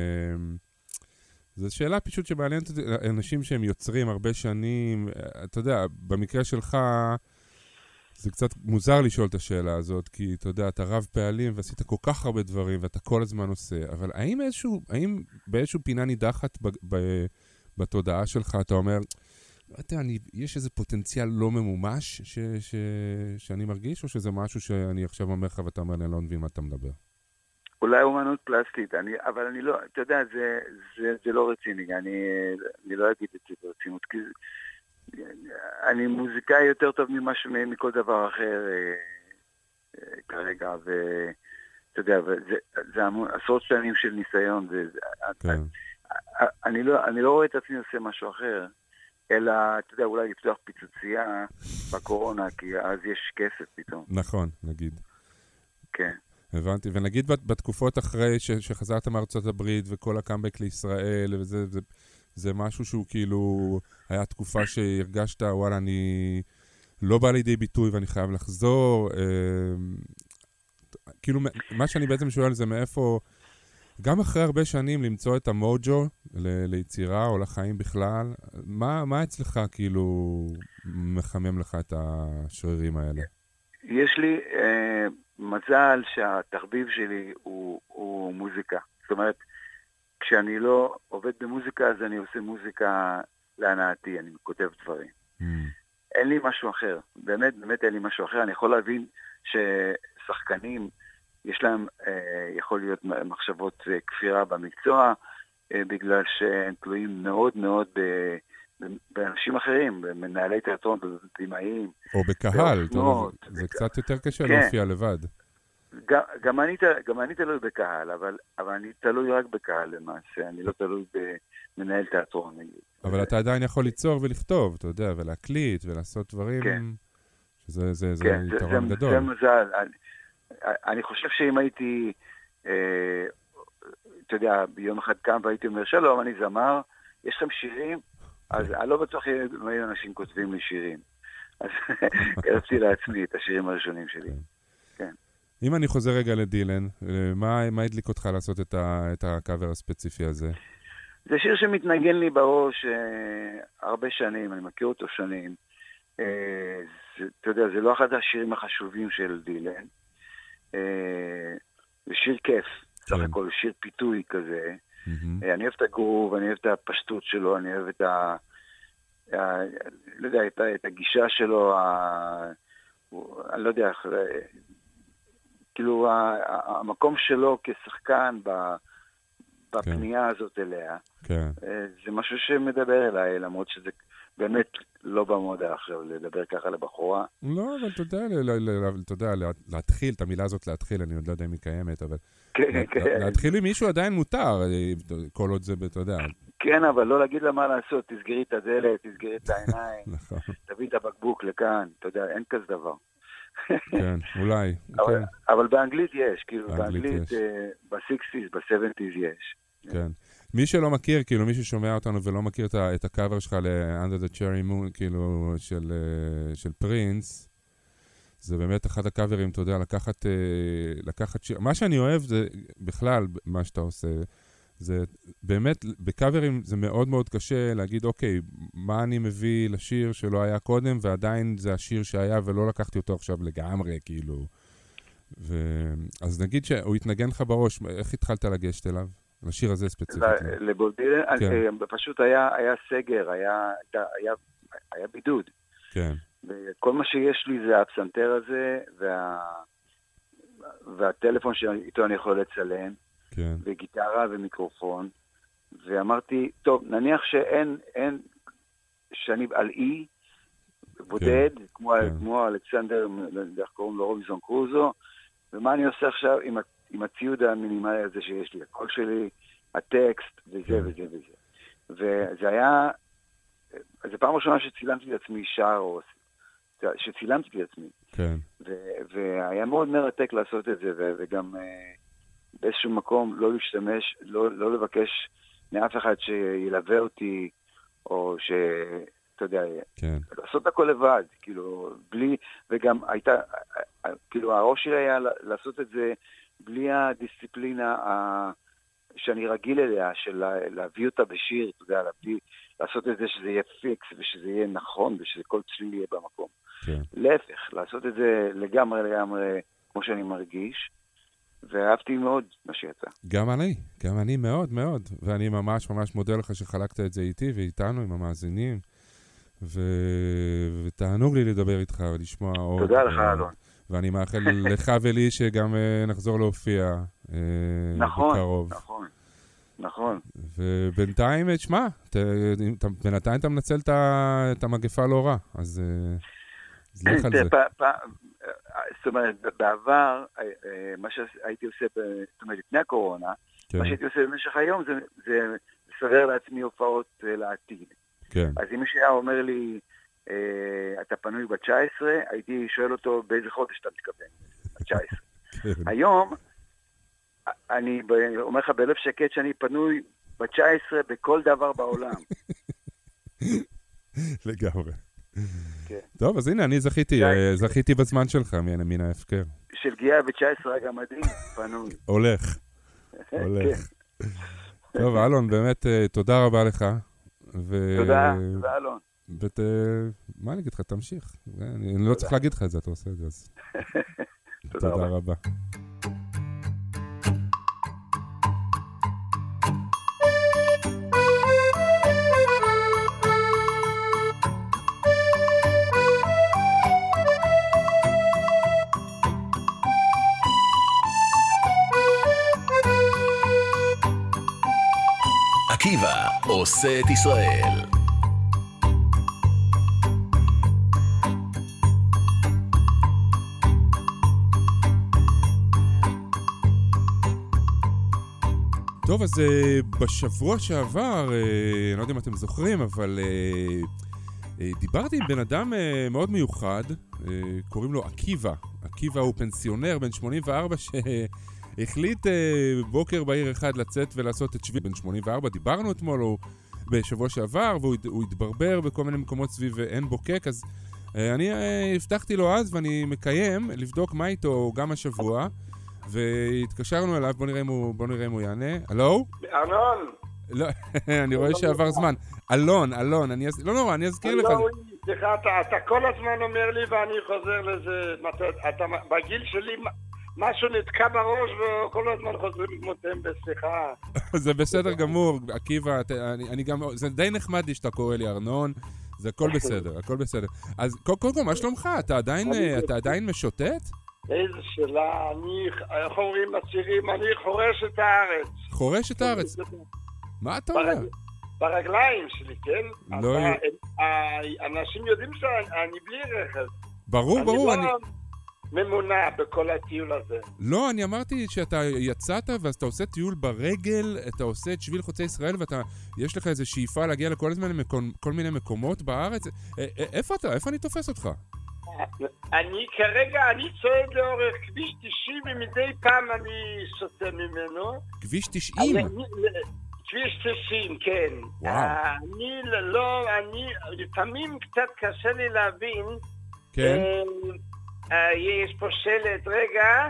זו שאלה פשוט שמעניינת אנשים שהם יוצרים הרבה שנים, אתה יודע, במקרה שלך זה קצת מוזר לשאול את השאלה הזאת, כי אתה יודע, אתה רב פעלים ועשית כל כך הרבה דברים ואתה כל הזמן עושה, אבל האם, איזשהו, האם באיזשהו פינה נידחת ב, ב, בתודעה שלך, אתה אומר, אתה, אני, יש איזה פוטנציאל לא ממומש ש, ש, שאני מרגיש, או שזה משהו שאני עכשיו אומר לך ואתה אומר, אני לא מבין מה אתה מדבר? אולי אומנות פלסטית, אני, אבל אני לא, אתה יודע, זה, זה, זה לא רציני, אני, אני לא אגיד את זה ברצינות, כי אני מוזיקאי יותר טוב ממשהו, מכל דבר אחר אה, אה, כרגע, ואתה יודע, זה, זה עשרות שנים של ניסיון, זה, כן. אני, אני, לא, אני לא רואה את עצמי עושה משהו אחר, אלא, אתה יודע, אולי לפתוח פיצוצייה בקורונה, כי אז יש כסף פתאום. נכון, נגיד. כן. הבנתי, ונגיד בתקופות אחרי ש, שחזרת מארצות הברית וכל הקאמבק לישראל, וזה זה, זה משהו שהוא כאילו, היה תקופה שהרגשת, וואלה, אני לא בא לידי ביטוי ואני חייב לחזור. אה, כאילו, מה שאני בעצם שואל זה מאיפה, גם אחרי הרבה שנים למצוא את המוג'ו ל, ליצירה או לחיים בכלל, מה, מה אצלך כאילו מחמם לך את השרירים האלה? יש לי... אה... מזל שהתחביב שלי הוא, הוא מוזיקה. זאת אומרת, כשאני לא עובד במוזיקה, אז אני עושה מוזיקה להנאתי, אני כותב דברים. Mm. אין לי משהו אחר, באמת, באמת אין לי משהו אחר. אני יכול להבין ששחקנים, יש להם, אה, יכול להיות מחשבות אה, כפירה במקצוע, אה, בגלל שהם תלויים מאוד מאוד ב, ב, באנשים אחרים, במנהלי תיאטרון, בבימאים. או בקהל, טוב, זה, זה קצת יותר קשה כן. להופיע לבד. גם, גם, אני, גם אני תלוי בקהל, אבל, אבל אני תלוי רק בקהל למעשה, אני לא תלוי במנהל תיאטרון. אבל אתה עדיין יכול ליצור ולכתוב, אתה יודע, ולהקליט ולעשות דברים, כן. שזה זה, זה כן, יתרון זה, גדול. זה מזל. אני, אני חושב שאם הייתי, אה, אתה יודע, ביום אחד קם והייתי אומר, שלום, אני זמר, יש לכם שירים? אז אני לא בטוח אם היו אנשים כותבים לי שירים. אז כתבתי לעצמי את השירים הראשונים שלי. כן. אם אני חוזר רגע לדילן, מה, מה הדליק אותך לעשות את, ה, את הקאבר הספציפי הזה? זה שיר שמתנגן לי בראש אה, הרבה שנים, אני מכיר אותו שנים. אה, זה, אתה יודע, זה לא אחד השירים החשובים של דילן. אה, זה שיר כיף, סך הכל שיר פיתוי כזה. Mm-hmm. אה, אני אוהב את הגרוב, אני אוהב את הפשטות שלו, אני אוהב את ה... ה לא יודע, את, את הגישה שלו, ה, אני לא יודע, כאילו המקום שלו כשחקן ב... בפנייה הזאת אליה. כן. זה משהו שמדבר אליי, למרות שזה באמת לא במודה עכשיו לדבר ככה לבחורה. לא, אבל אתה יודע, אתה יודע, להתחיל, את המילה הזאת להתחיל, אני עוד לא יודע אם היא קיימת, אבל... כן, כן. להתחיל עם מישהו עדיין מותר, כל עוד זה, אתה יודע. כן, אבל לא להגיד לה מה לעשות, תסגרי את הדלת, תסגרי את העיניים, תביא את הבקבוק לכאן, אתה יודע, אין כזה דבר. כן, אולי. אבל באנגלית יש, כאילו, באנגלית, בסיקסטיז, בסבנטיז יש. כן. מי שלא מכיר, כאילו, מי ששומע אותנו ולא מכיר את הקאבר שלך ל-Under the Cherry Moon, כאילו, של פרינס, זה באמת אחד הקאברים, אתה יודע, לקחת, לקחת שיר. מה שאני אוהב זה, בכלל, מה שאתה עושה, זה באמת, בקאברים זה מאוד מאוד קשה להגיד, אוקיי, מה אני מביא לשיר שלא היה קודם, ועדיין זה השיר שהיה, ולא לקחתי אותו עכשיו לגמרי, כאילו. ו... אז נגיד שהוא התנגן לך בראש, איך התחלת לגשת אליו? לשיר הזה ספציפית. לבודילן, פשוט היה סגר, היה בידוד. כן. וכל מה שיש לי זה הפסנתר הזה, והטלפון שאיתו אני יכול לצלם, וגיטרה ומיקרופון, ואמרתי, טוב, נניח שאין, אין, שאני על אי, בודד, כמו אלכסנדר, איך קוראים לו, רובינזון קרוזו, ומה אני עושה עכשיו עם עם הציוד המינימלי הזה שיש לי, הקול שלי, הטקסט, וזה וזה וזה. וזה היה, זו פעם ראשונה שצילמתי לעצמי שר, או שצילמתי לעצמי. כן. והיה מאוד מרתק לעשות את זה, וגם באיזשהו מקום לא להשתמש, לא, לא לבקש מאף אחד שילווה אותי, או ש... אתה יודע, כן. לעשות הכל לבד, כאילו, בלי, וגם הייתה, כאילו, הראש שלי היה לעשות את זה בלי הדיסציפלינה ה... שאני רגיל אליה, של להביא אותה בשיר, אתה יודע, להביא, לעשות את זה שזה יהיה פיקס, ושזה יהיה נכון, ושזה כל צליל יהיה במקום. כן. להפך, לעשות את זה לגמרי לגמרי, כמו שאני מרגיש, ואהבתי מאוד מה שיצא. גם אני, גם אני מאוד מאוד, ואני ממש ממש מודה לך שחלקת את זה איתי ואיתנו, עם המאזינים. ו... ותענוג לי לדבר איתך ולשמוע עוד. תודה לך, אלון. ואני מאחל לך ולי שגם uh, נחזור להופיע uh, נכון, בקרוב. נכון, נכון. ובינתיים, תשמע, ת, ת, בינתיים אתה מנצל את, את המגפה לא רע, אז, uh, אז לך על זה. פ, פ, זאת אומרת, בעבר, מה שהייתי עושה, זאת אומרת, לפני הקורונה, כן. מה שהייתי עושה במשך היום זה, זה לסדר לעצמי הופעות לעתיד. כן. אז אם מישהו היה אומר לי, אה, אתה פנוי ב-תשע עשרה, הייתי שואל אותו באיזה חודש אתה מתכוון, ב-תשע עשרה. כן. היום, אני אומר לך באלף שקט שאני פנוי ב-תשע עשרה בכל דבר בעולם. לגמרי. כן. טוב, אז הנה, אני זכיתי, זכיתי בזמן שלך מן ההפקר. של גיאה ב-תשע עשרה גם מדהים, פנוי. הולך, הולך. טוב, אלון, באמת תודה רבה לך. ו... תודה, תודה אלון. ות... מה אני אגיד לך? תמשיך. אני, אני לא צריך להגיד לך את זה, אתה עושה את זה. אז... תודה, תודה רבה. עקיבא עושה את ישראל. טוב, אז uh, בשבוע שעבר, uh, אני לא יודע אם אתם זוכרים, אבל uh, uh, דיברתי עם בן אדם uh, מאוד מיוחד, uh, קוראים לו עקיבא. עקיבא הוא פנסיונר בן שמונים וארבע שהחליט uh, בוקר בהיר אחד לצאת ולעשות את שביל בן שמונים וארבע. דיברנו אתמול הוא בשבוע שעבר, והוא התברבר בכל מיני מקומות סביב עין בוקק, אז uh, אני uh, הבטחתי לו אז ואני מקיים לבדוק מה איתו גם השבוע. והתקשרנו אליו, בוא נראה אם הוא, בוא נראה אם הוא יענה. אלו? ארנון. לא, אני רואה שעבר זמן. אלון, אלון, אני אז... לא נורא, אני אזכיר לך. אלון, סליחה, אתה, אתה כל הזמן אומר לי ואני חוזר לזה, אתה, אתה, בגיל שלי משהו נתקע בראש וכל הזמן חוזרים להתמותם בסליחה. זה בסדר גמור, עקיבא, אני, אני גם, זה די נחמד לי שאתה קורא לי ארנון, זה הכל בסדר, הכל בסדר. אז קודם כל, מה שלומך? אתה עדיין, אתה עדיין משוטט? איזה שאלה, אני, איך אומרים לצעירים, אני חורש את הארץ. חורש את הארץ? מה אתה אומר? ברגליים שלי, כן? לא... אנשים יודעים שאני בלי רכב. ברור, ברור. אני לא ממונה בכל הטיול הזה. לא, אני אמרתי שאתה יצאת ואז אתה עושה טיול ברגל, אתה עושה את שביל חוצי ישראל ויש לך איזו שאיפה להגיע לכל הזמן לכל מיני מקומות בארץ. איפה אתה? איפה אני תופס אותך? אני כרגע, אני צועד לאורך כביש תשעים ומדי פעם אני סוטה ממנו. כביש תשעים? כביש תשעים, כן. אני לא, אני, לפעמים קצת קשה לי להבין. כן. יש פה שלט, רגע,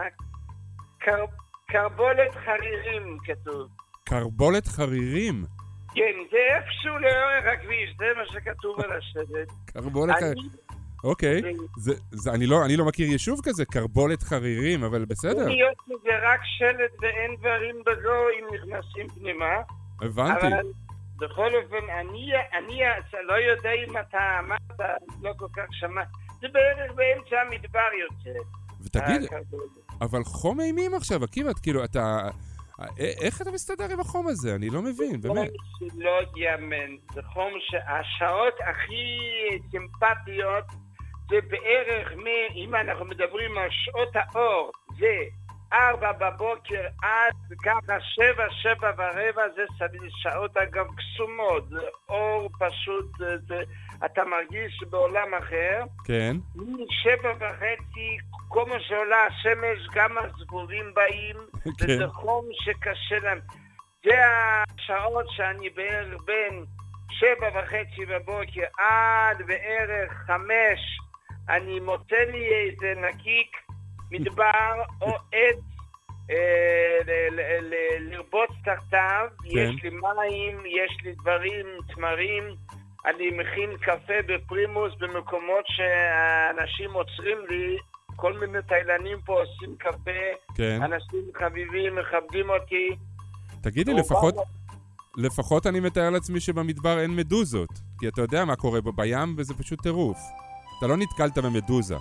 קרבולת חרירים כתוב. קרבולת חרירים? כן, זה איפשהו לאורך הכביש, זה מה שכתוב על השלט. קרבולת חרירים. אוקיי, זה, זה, אני, לא, אני לא מכיר יישוב כזה, קרבולת חרירים, אבל בסדר. להיות שזה רק שלט ואין דברים בזו אם נכנסים פנימה. הבנתי. אבל בכל אופן, אני, אני לא יודע אם אתה אמרת, לא כל כך שמע. זה בערך באמצע המדבר יוצא. ותגיד, אבל חום אימים עכשיו, עקיבא, כאילו, אתה... איך אתה מסתדר עם החום הזה? אני לא מבין, באמת. חום שלא יאמן. זה חום שהשעות הכי סימפטיות זה בערך, אם אנחנו מדברים על שעות האור, זה ארבע בבוקר עד ככה שבע, שבע ורבע, זה שעות אגב קסומות, זה אור פשוט, זה, אתה מרגיש בעולם אחר. כן. משבע וחצי, כל מה שעולה השמש, גם הזבובים באים, כן. וזה חום שקשה להם. זה השעות שאני בערך בין שבע וחצי בבוקר עד בערך חמש, אני מוצא לי איזה נקיק, מדבר או עץ אה, ל- ל- ל- לרבוץ תחתיו, כן. יש לי מים, יש לי דברים, תמרים, אני מכין קפה בפרימוס במקומות שאנשים עוצרים לי, כל מיני תאילנים פה עושים קפה, כן. אנשים חביבים, מכבדים אותי. תגידי, לפחות, לפחות אני מתאר לעצמי שבמדבר אין מדוזות, כי אתה יודע מה קורה בים וזה פשוט טירוף. אתה לא נתקלת במדוזה.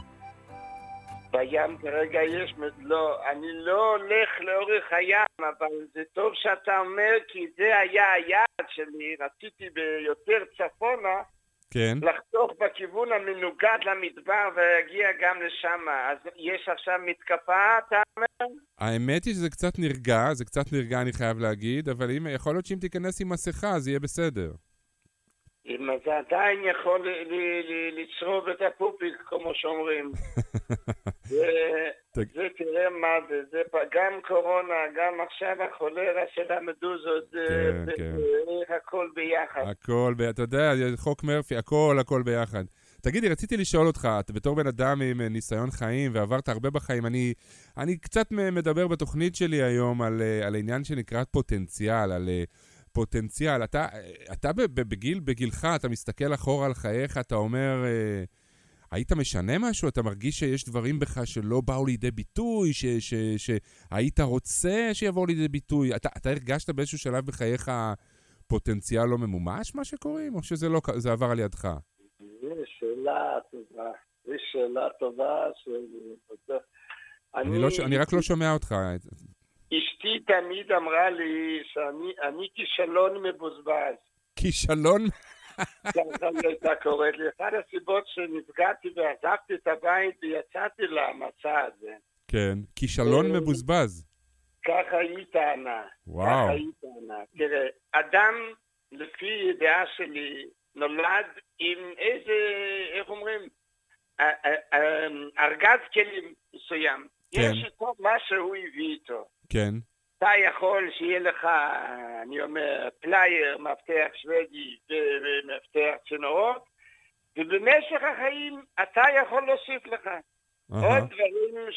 בים כרגע יש, לא, אני לא הולך לאורך הים, אבל זה טוב שאתה אומר, כי זה היה היעד שלי, רציתי ביותר צפונה, כן. לחתוך בכיוון המנוגד למדבר ולהגיע גם לשם. אז יש עכשיו מתקפה, אתה אומר? האמת היא שזה קצת נרגע, זה קצת נרגע אני חייב להגיד, אבל אם, יכול להיות שאם תיכנס עם מסכה אז יהיה בסדר. אם זה עדיין יכול לצרוב את הפופיק, כמו שאומרים. זה תראה מה זה, זה גם קורונה, גם עכשיו החולרה של המדוזות, זה הכל ביחד. הכל, אתה יודע, חוק מרפי, הכל, הכל ביחד. תגידי, רציתי לשאול אותך, אתה בתור בן אדם עם ניסיון חיים ועברת הרבה בחיים, אני, אני קצת מדבר בתוכנית שלי היום על, על העניין שנקרא פוטנציאל, על פוטנציאל. אתה, אתה בגיל, בגילך, אתה מסתכל אחורה על חייך, אתה אומר, היית משנה משהו? אתה מרגיש שיש דברים בך שלא באו לידי ביטוי, ש, ש, שהיית רוצה שיבואו לידי ביטוי? אתה, אתה הרגשת באיזשהו שלב בחייך פוטנציאל לא ממומש, מה שקוראים? או שזה לא, זה עבר על ידך? זו שאלה טובה. זו שאלה טובה. אני, לא, אני רק לא שומע אותך. אשתי תמיד אמרה לי שאני אני כישלון מבוזבז. כישלון? ככה היא הייתה קוראת לי. אחת הסיבות שנפגעתי ועזבתי את הבית ויצאתי למצע הזה. כן, כישלון מבוזבז. ככה היא טענה. וואו. ככה היא טענה. תראה, אדם, לפי ידיעה שלי, נולד עם איזה, איך אומרים, ארגז כלים מסוים. כן. יש איתו מה שהוא הביא איתו. כן. אתה יכול שיהיה לך, אני אומר, פלייר, מפתח שוודי ומפתח צינורות, ובמשך החיים אתה יכול להוסיף לך עוד דברים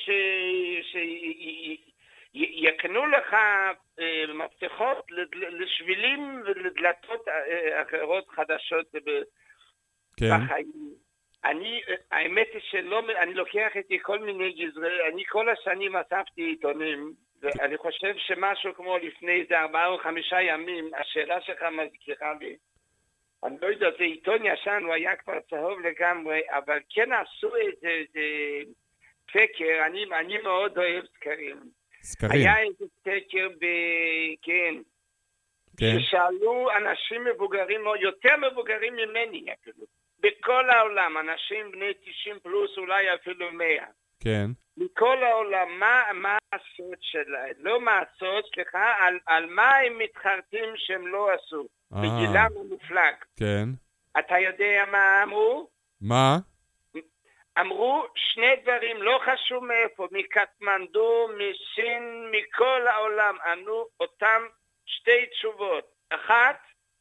שיקנו לך מפתחות לשבילים ולדלתות אחרות חדשות בחיים. אני, האמת היא שלא, אני לוקח איתי כל מיני גזרי, אני כל השנים אספתי עיתונים, ואני חושב שמשהו כמו לפני איזה ארבעה או חמישה ימים, השאלה שלך מזכירה לי. אני לא יודע, זה עיתון ישן, הוא היה כבר צהוב לגמרי, אבל כן עשו איזה, איזה סקר, אני, אני מאוד אוהב סקרים. סקרים. היה איזה סקר ב... כן. כן. ששאלו אנשים מבוגרים, או יותר מבוגרים ממני אפילו. בכל העולם, אנשים בני תשעים פלוס, אולי אפילו מאה. כן. מכל העולם, מה, מה הסוד שלהם? לא מה הסוד, סליחה, על, על מה הם מתחרטים שהם לא עשו. בגילם המופלג. כן. אתה יודע מה אמרו? מה? אמרו שני דברים, לא חשוב מאיפה, מקטמנדו, מסין, מכל העולם, ענו אותם שתי תשובות. אחת,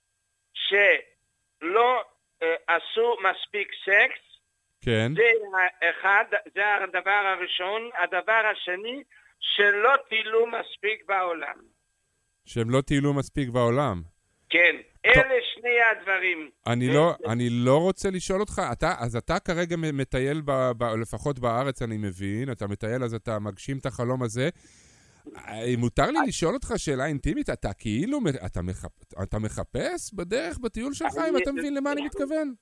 שלא אה, עשו מספיק סקס, כן. זה אחד, זה הדבר הראשון. הדבר השני, שלא תילו מספיק בעולם. שהם לא תהילו מספיק בעולם. כן, אלה שני הדברים. אני לא, אני לא רוצה לשאול אותך, אתה, אז אתה כרגע מטייל, ב, ב, לפחות בארץ אני מבין, אתה מטייל אז אתה מגשים את החלום הזה. מותר לי לשאול אותך שאלה אינטימית, אתה כאילו, אתה, מחפ, אתה מחפש בדרך בטיול שלך, אם אתה מבין למה אני מתכוון?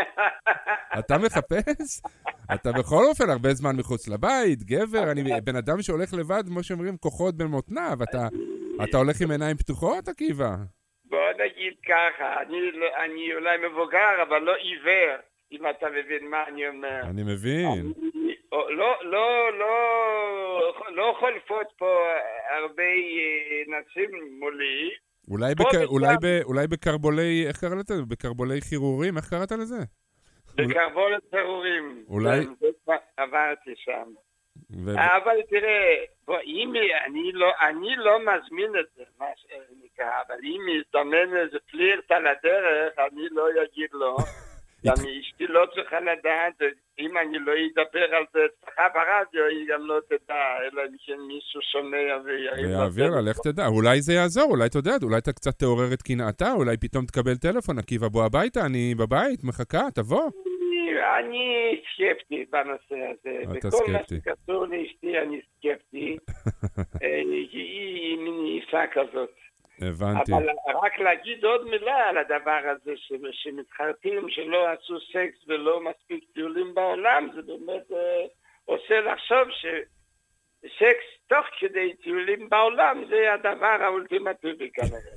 אתה מחפש? אתה בכל אופן הרבה זמן מחוץ לבית, גבר, אני בן אדם שהולך לבד, כמו שאומרים, כוחות בין מותניו, אתה, אתה הולך עם עיניים פתוחות, עקיבא? בוא נגיד ככה, אני, אני אולי מבוגר, אבל לא עיוור, אם אתה מבין מה אני אומר. אני מבין. אני, לא, לא, לא, לא חולפות פה הרבה נשים מולי. אולי, בק... אולי, ב... אולי בקרבולי, איך קראת לזה? בקרבולי חירורים, איך קראת לזה? בקרבולי חירורים. אולי... עברתי שם. ו... אבל תראה, בוא, אם אני לא, אני לא מזמין את זה, מה שנקרא, אבל אם יזדמן איזה פלירט על הדרך, אני לא אגיד לו. גם אשתי לא צריכה לדעת, אם אני לא אדבר על זה אצלך ברדיו, היא גם לא תדע, אלא אם כן מישהו שומע ויעביר. ויעביר לה, לך תדע. אולי זה יעזור, אולי אתה יודע, אולי אתה קצת תעורר את קנאתה, אולי פתאום תקבל טלפון, עקיבא בוא הביתה, אני בבית, מחכה, תבוא. אני סקפטי בנושא הזה. אתה בכל סקפטי. מה שקשור לאשתי אני סקפטי. היא מניסה כזאת. הבנתי. אבל רק להגיד עוד מילה על הדבר הזה, שמתחרטים שלא עשו סקס ולא מספיק טיולים בעולם, זה באמת אה, עושה לחשוב שסקס תוך כדי טיולים בעולם זה הדבר האולטימטיבי כנראה.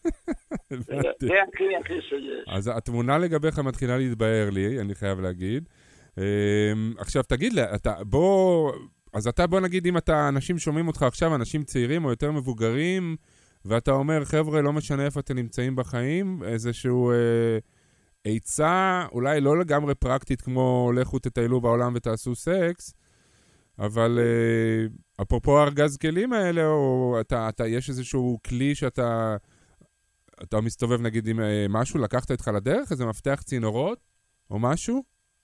זה הכי הכי שיש. אז התמונה לגביך מתחילה להתבהר לי, אני חייב להגיד. עכשיו תגיד לי, אתה, בוא, אז אתה בוא נגיד אם אתה, אנשים שומעים אותך עכשיו, אנשים צעירים או יותר מבוגרים, ואתה אומר, חבר'ה, לא משנה איפה אתם נמצאים בחיים, איזשהו אה, עצה, אולי לא לגמרי פרקטית כמו לכו תטיילו בעולם ותעשו סקס, אבל אה, אפרופו ארגז כלים האלה, או אתה, אתה, יש איזשהו כלי שאתה אתה מסתובב נגיד עם אה, משהו, לקחת איתך לדרך, איזה מפתח צינורות או משהו?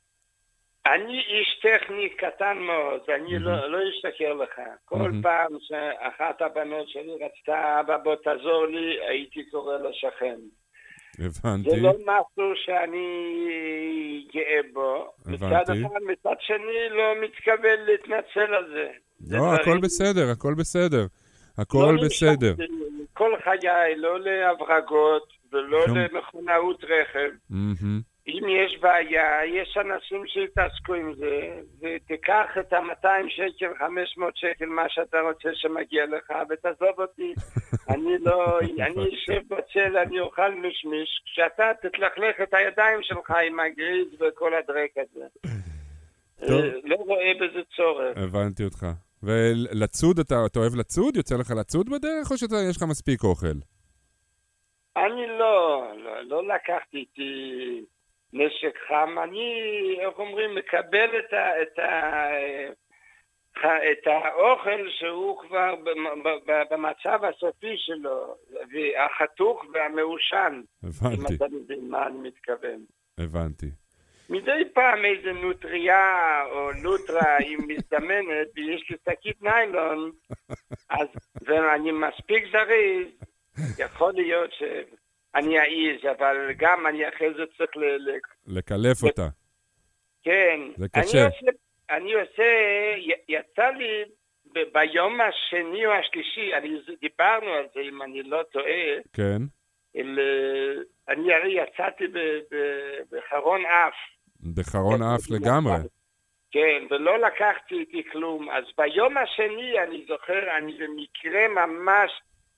אני איש טכני קטן מאוד, אני לא, לא אשתכר לך. כל פעם שאחת הבנות שלי רצתה, אבא בוא תעזור לי, הייתי קורא לשכן. הבנתי. זה לא משהו שאני גאה בו. מצד אחד, מצד שני לא מתכוון להתנצל על זה. לא, הכל בסדר, הכל בסדר. הכל בסדר. כל חיי, לא להברגות ולא למכונאות רכב. אם יש בעיה, יש אנשים שיתעסקו עם זה, ותיקח את ה-מאתיים שקל, חמש מאות שקל, מה שאתה רוצה שמגיע לך, ותעזוב אותי. אני לא, אני אשב בצל, אני אוכל משמיש, כשאתה תתלכלך את הידיים שלך עם הגריז וכל הדרק הזה. לא רואה בזה צורך. הבנתי אותך. ולצוד, אתה, אתה אוהב לצוד? יוצא לך לצוד בדרך, או שיש לך מספיק אוכל? אני לא, לא, לא לקחתי איתי נשק חם. אני, איך אומרים, מקבל את, ה, את, ה, את האוכל שהוא כבר במצב הסופי שלו, החתוך והמעושן. הבנתי. אם אתה מבין מה אני מתכוון. הבנתי. מדי פעם איזה נוטריה או לוטרה היא מזדמנת ויש לי שקית ניילון, אז ואני מספיק זריז, יכול להיות שאני אעיז, אבל גם אני אחרי זה צריך ל... לקלף אותה. כן. זה קשה. אני עושה, אני עושה, יצא לי ב- ביום השני או השלישי, אני, דיברנו על זה אם אני לא טועה. כן. אל, אני הרי יצאתי ב- ב- בחרון אף. בחרון אף לגמרי. כן, ולא לקחתי איתי כלום. אז ביום השני, אני זוכר, אני במקרה ממש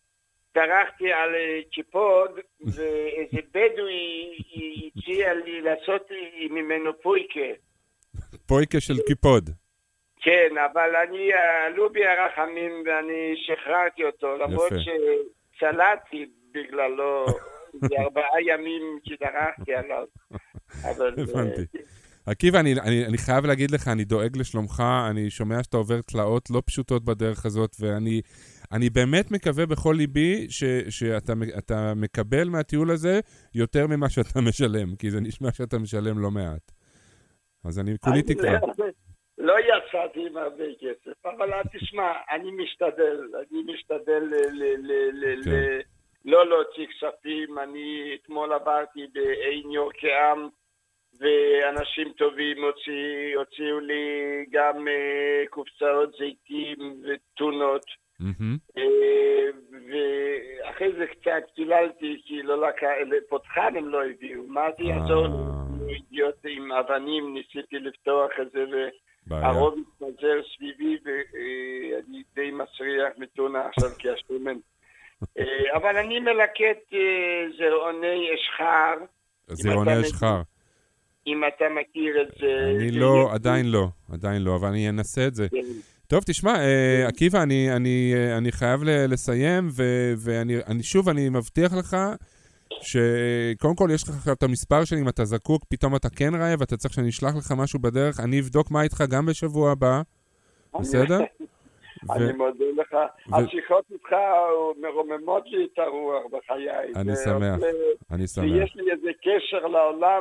דרכתי על קיפוד, ואיזה בדואי הציע לי לעשות ממנו פויקה. פויקה של קיפוד. כן, אבל אני, עלו בי הרחמים ואני שחררתי אותו, למרות שצלעתי בגללו, בארבעה ימים שדרכתי עליו. הבנתי. עקיבא, אני, אני, אני חייב להגיד לך, אני דואג לשלומך, אני שומע שאתה עובר תלאות לא פשוטות בדרך הזאת, ואני אני באמת מקווה בכל ליבי ש, שאתה אתה מקבל מהטיול הזה יותר ממה שאתה משלם, כי זה נשמע שאתה משלם לא מעט. אז אני כולי תקווה. לא יצאתי עם הרבה כסף, אבל תשמע, אני משתדל, אני משתדל ל, ל, ל, כן. ל, לא להוציא כספים. אני אתמול עברתי בעין יורקעם, ואנשים טובים הוציאו, הוציאו לי גם uh, קופסאות זיתים וטונות. Mm-hmm. Uh, ואחרי זה קצת קיללתי, כי לא לקח, פותחן הם לא הביאו. מה זה יעזור לי? הגיעות עם אבנים, ניסיתי לפתוח את זה, והרוב מתנזר סביבי, ואני די מסריח מטונה עכשיו כשמן. אבל אני מלקט זרעוני אשחר. זרעוני אשחר. אם אתה מכיר את זה... אני לא, עדיין לא, עדיין לא, אבל אני אנסה את זה. טוב, תשמע, עקיבא, אני, אני, אני חייב לסיים, ואני אני, שוב, אני מבטיח לך שקודם כל יש לך עכשיו את המספר שלי, אם אתה זקוק, פתאום אתה כן רעב, ואתה צריך שאני אשלח לך משהו בדרך, אני אבדוק מה איתך גם בשבוע הבא, בסדר? אני מודה לך. השיחות איתך מרוממות לי את הרוח בחיי. אני שמח, אני שמח. ויש לי איזה קשר לעולם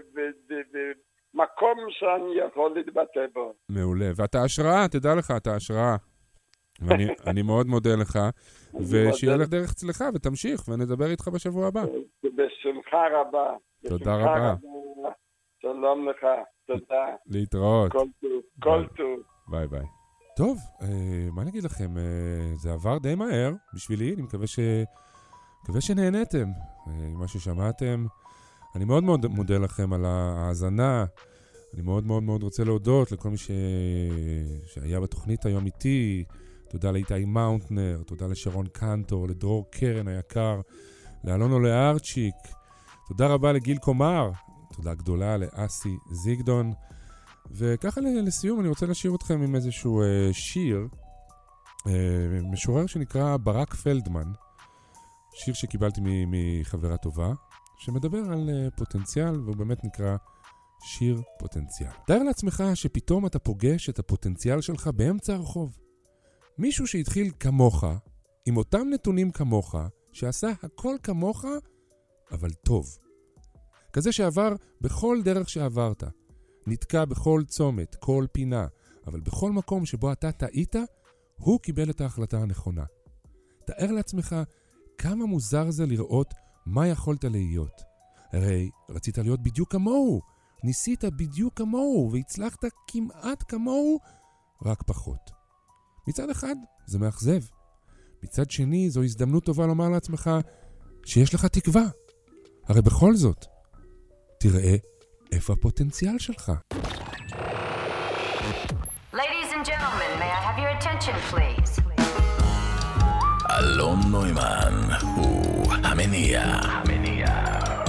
ומקום שאני יכול להתבטא בו. מעולה. ואתה השראה, תדע לך, אתה השראה. ואני מאוד מודה לך, ושיהיה לך דרך אצלך, ותמשיך, ונדבר איתך בשבוע הבא. בשמחה רבה. תודה רבה. שלום לך, תודה. להתראות. כל טוב, כל טוב. ביי ביי. טוב, אה, מה נגיד לכם? אה, זה עבר די מהר בשבילי, אני מקווה, ש... מקווה שנהנתם אה, עם מה ששמעתם. אני מאוד מאוד מודה לכם על ההאזנה. אני מאוד מאוד מאוד רוצה להודות לכל מי ש... שהיה בתוכנית היום איתי. תודה לאיתי מאונטנר, תודה לשרון קנטור, לדרור קרן היקר, לאלונו לארצ'יק. תודה רבה לגיל קומר. תודה גדולה לאסי זיגדון. וככה לסיום אני רוצה לשיר אתכם עם איזשהו אה, שיר, אה, משורר שנקרא ברק פלדמן, שיר שקיבלתי מ- מחברה טובה, שמדבר על אה, פוטנציאל, והוא באמת נקרא שיר פוטנציאל. תאר לעצמך שפתאום אתה פוגש את הפוטנציאל שלך באמצע הרחוב. מישהו שהתחיל כמוך, עם אותם נתונים כמוך, שעשה הכל כמוך, אבל טוב. כזה שעבר בכל דרך שעברת. נתקע בכל צומת, כל פינה, אבל בכל מקום שבו אתה טעית, הוא קיבל את ההחלטה הנכונה. תאר לעצמך כמה מוזר זה לראות מה יכולת להיות. הרי רצית להיות בדיוק כמוהו, ניסית בדיוק כמוהו, והצלחת כמעט כמוהו, רק פחות. מצד אחד זה מאכזב. מצד שני זו הזדמנות טובה לומר לעצמך שיש לך תקווה. הרי בכל זאת, תראה איפה הפוטנציאל שלך. Ladies and gentlemen, may I have your attention, please? אלון נוימן הוא המניע. המניע.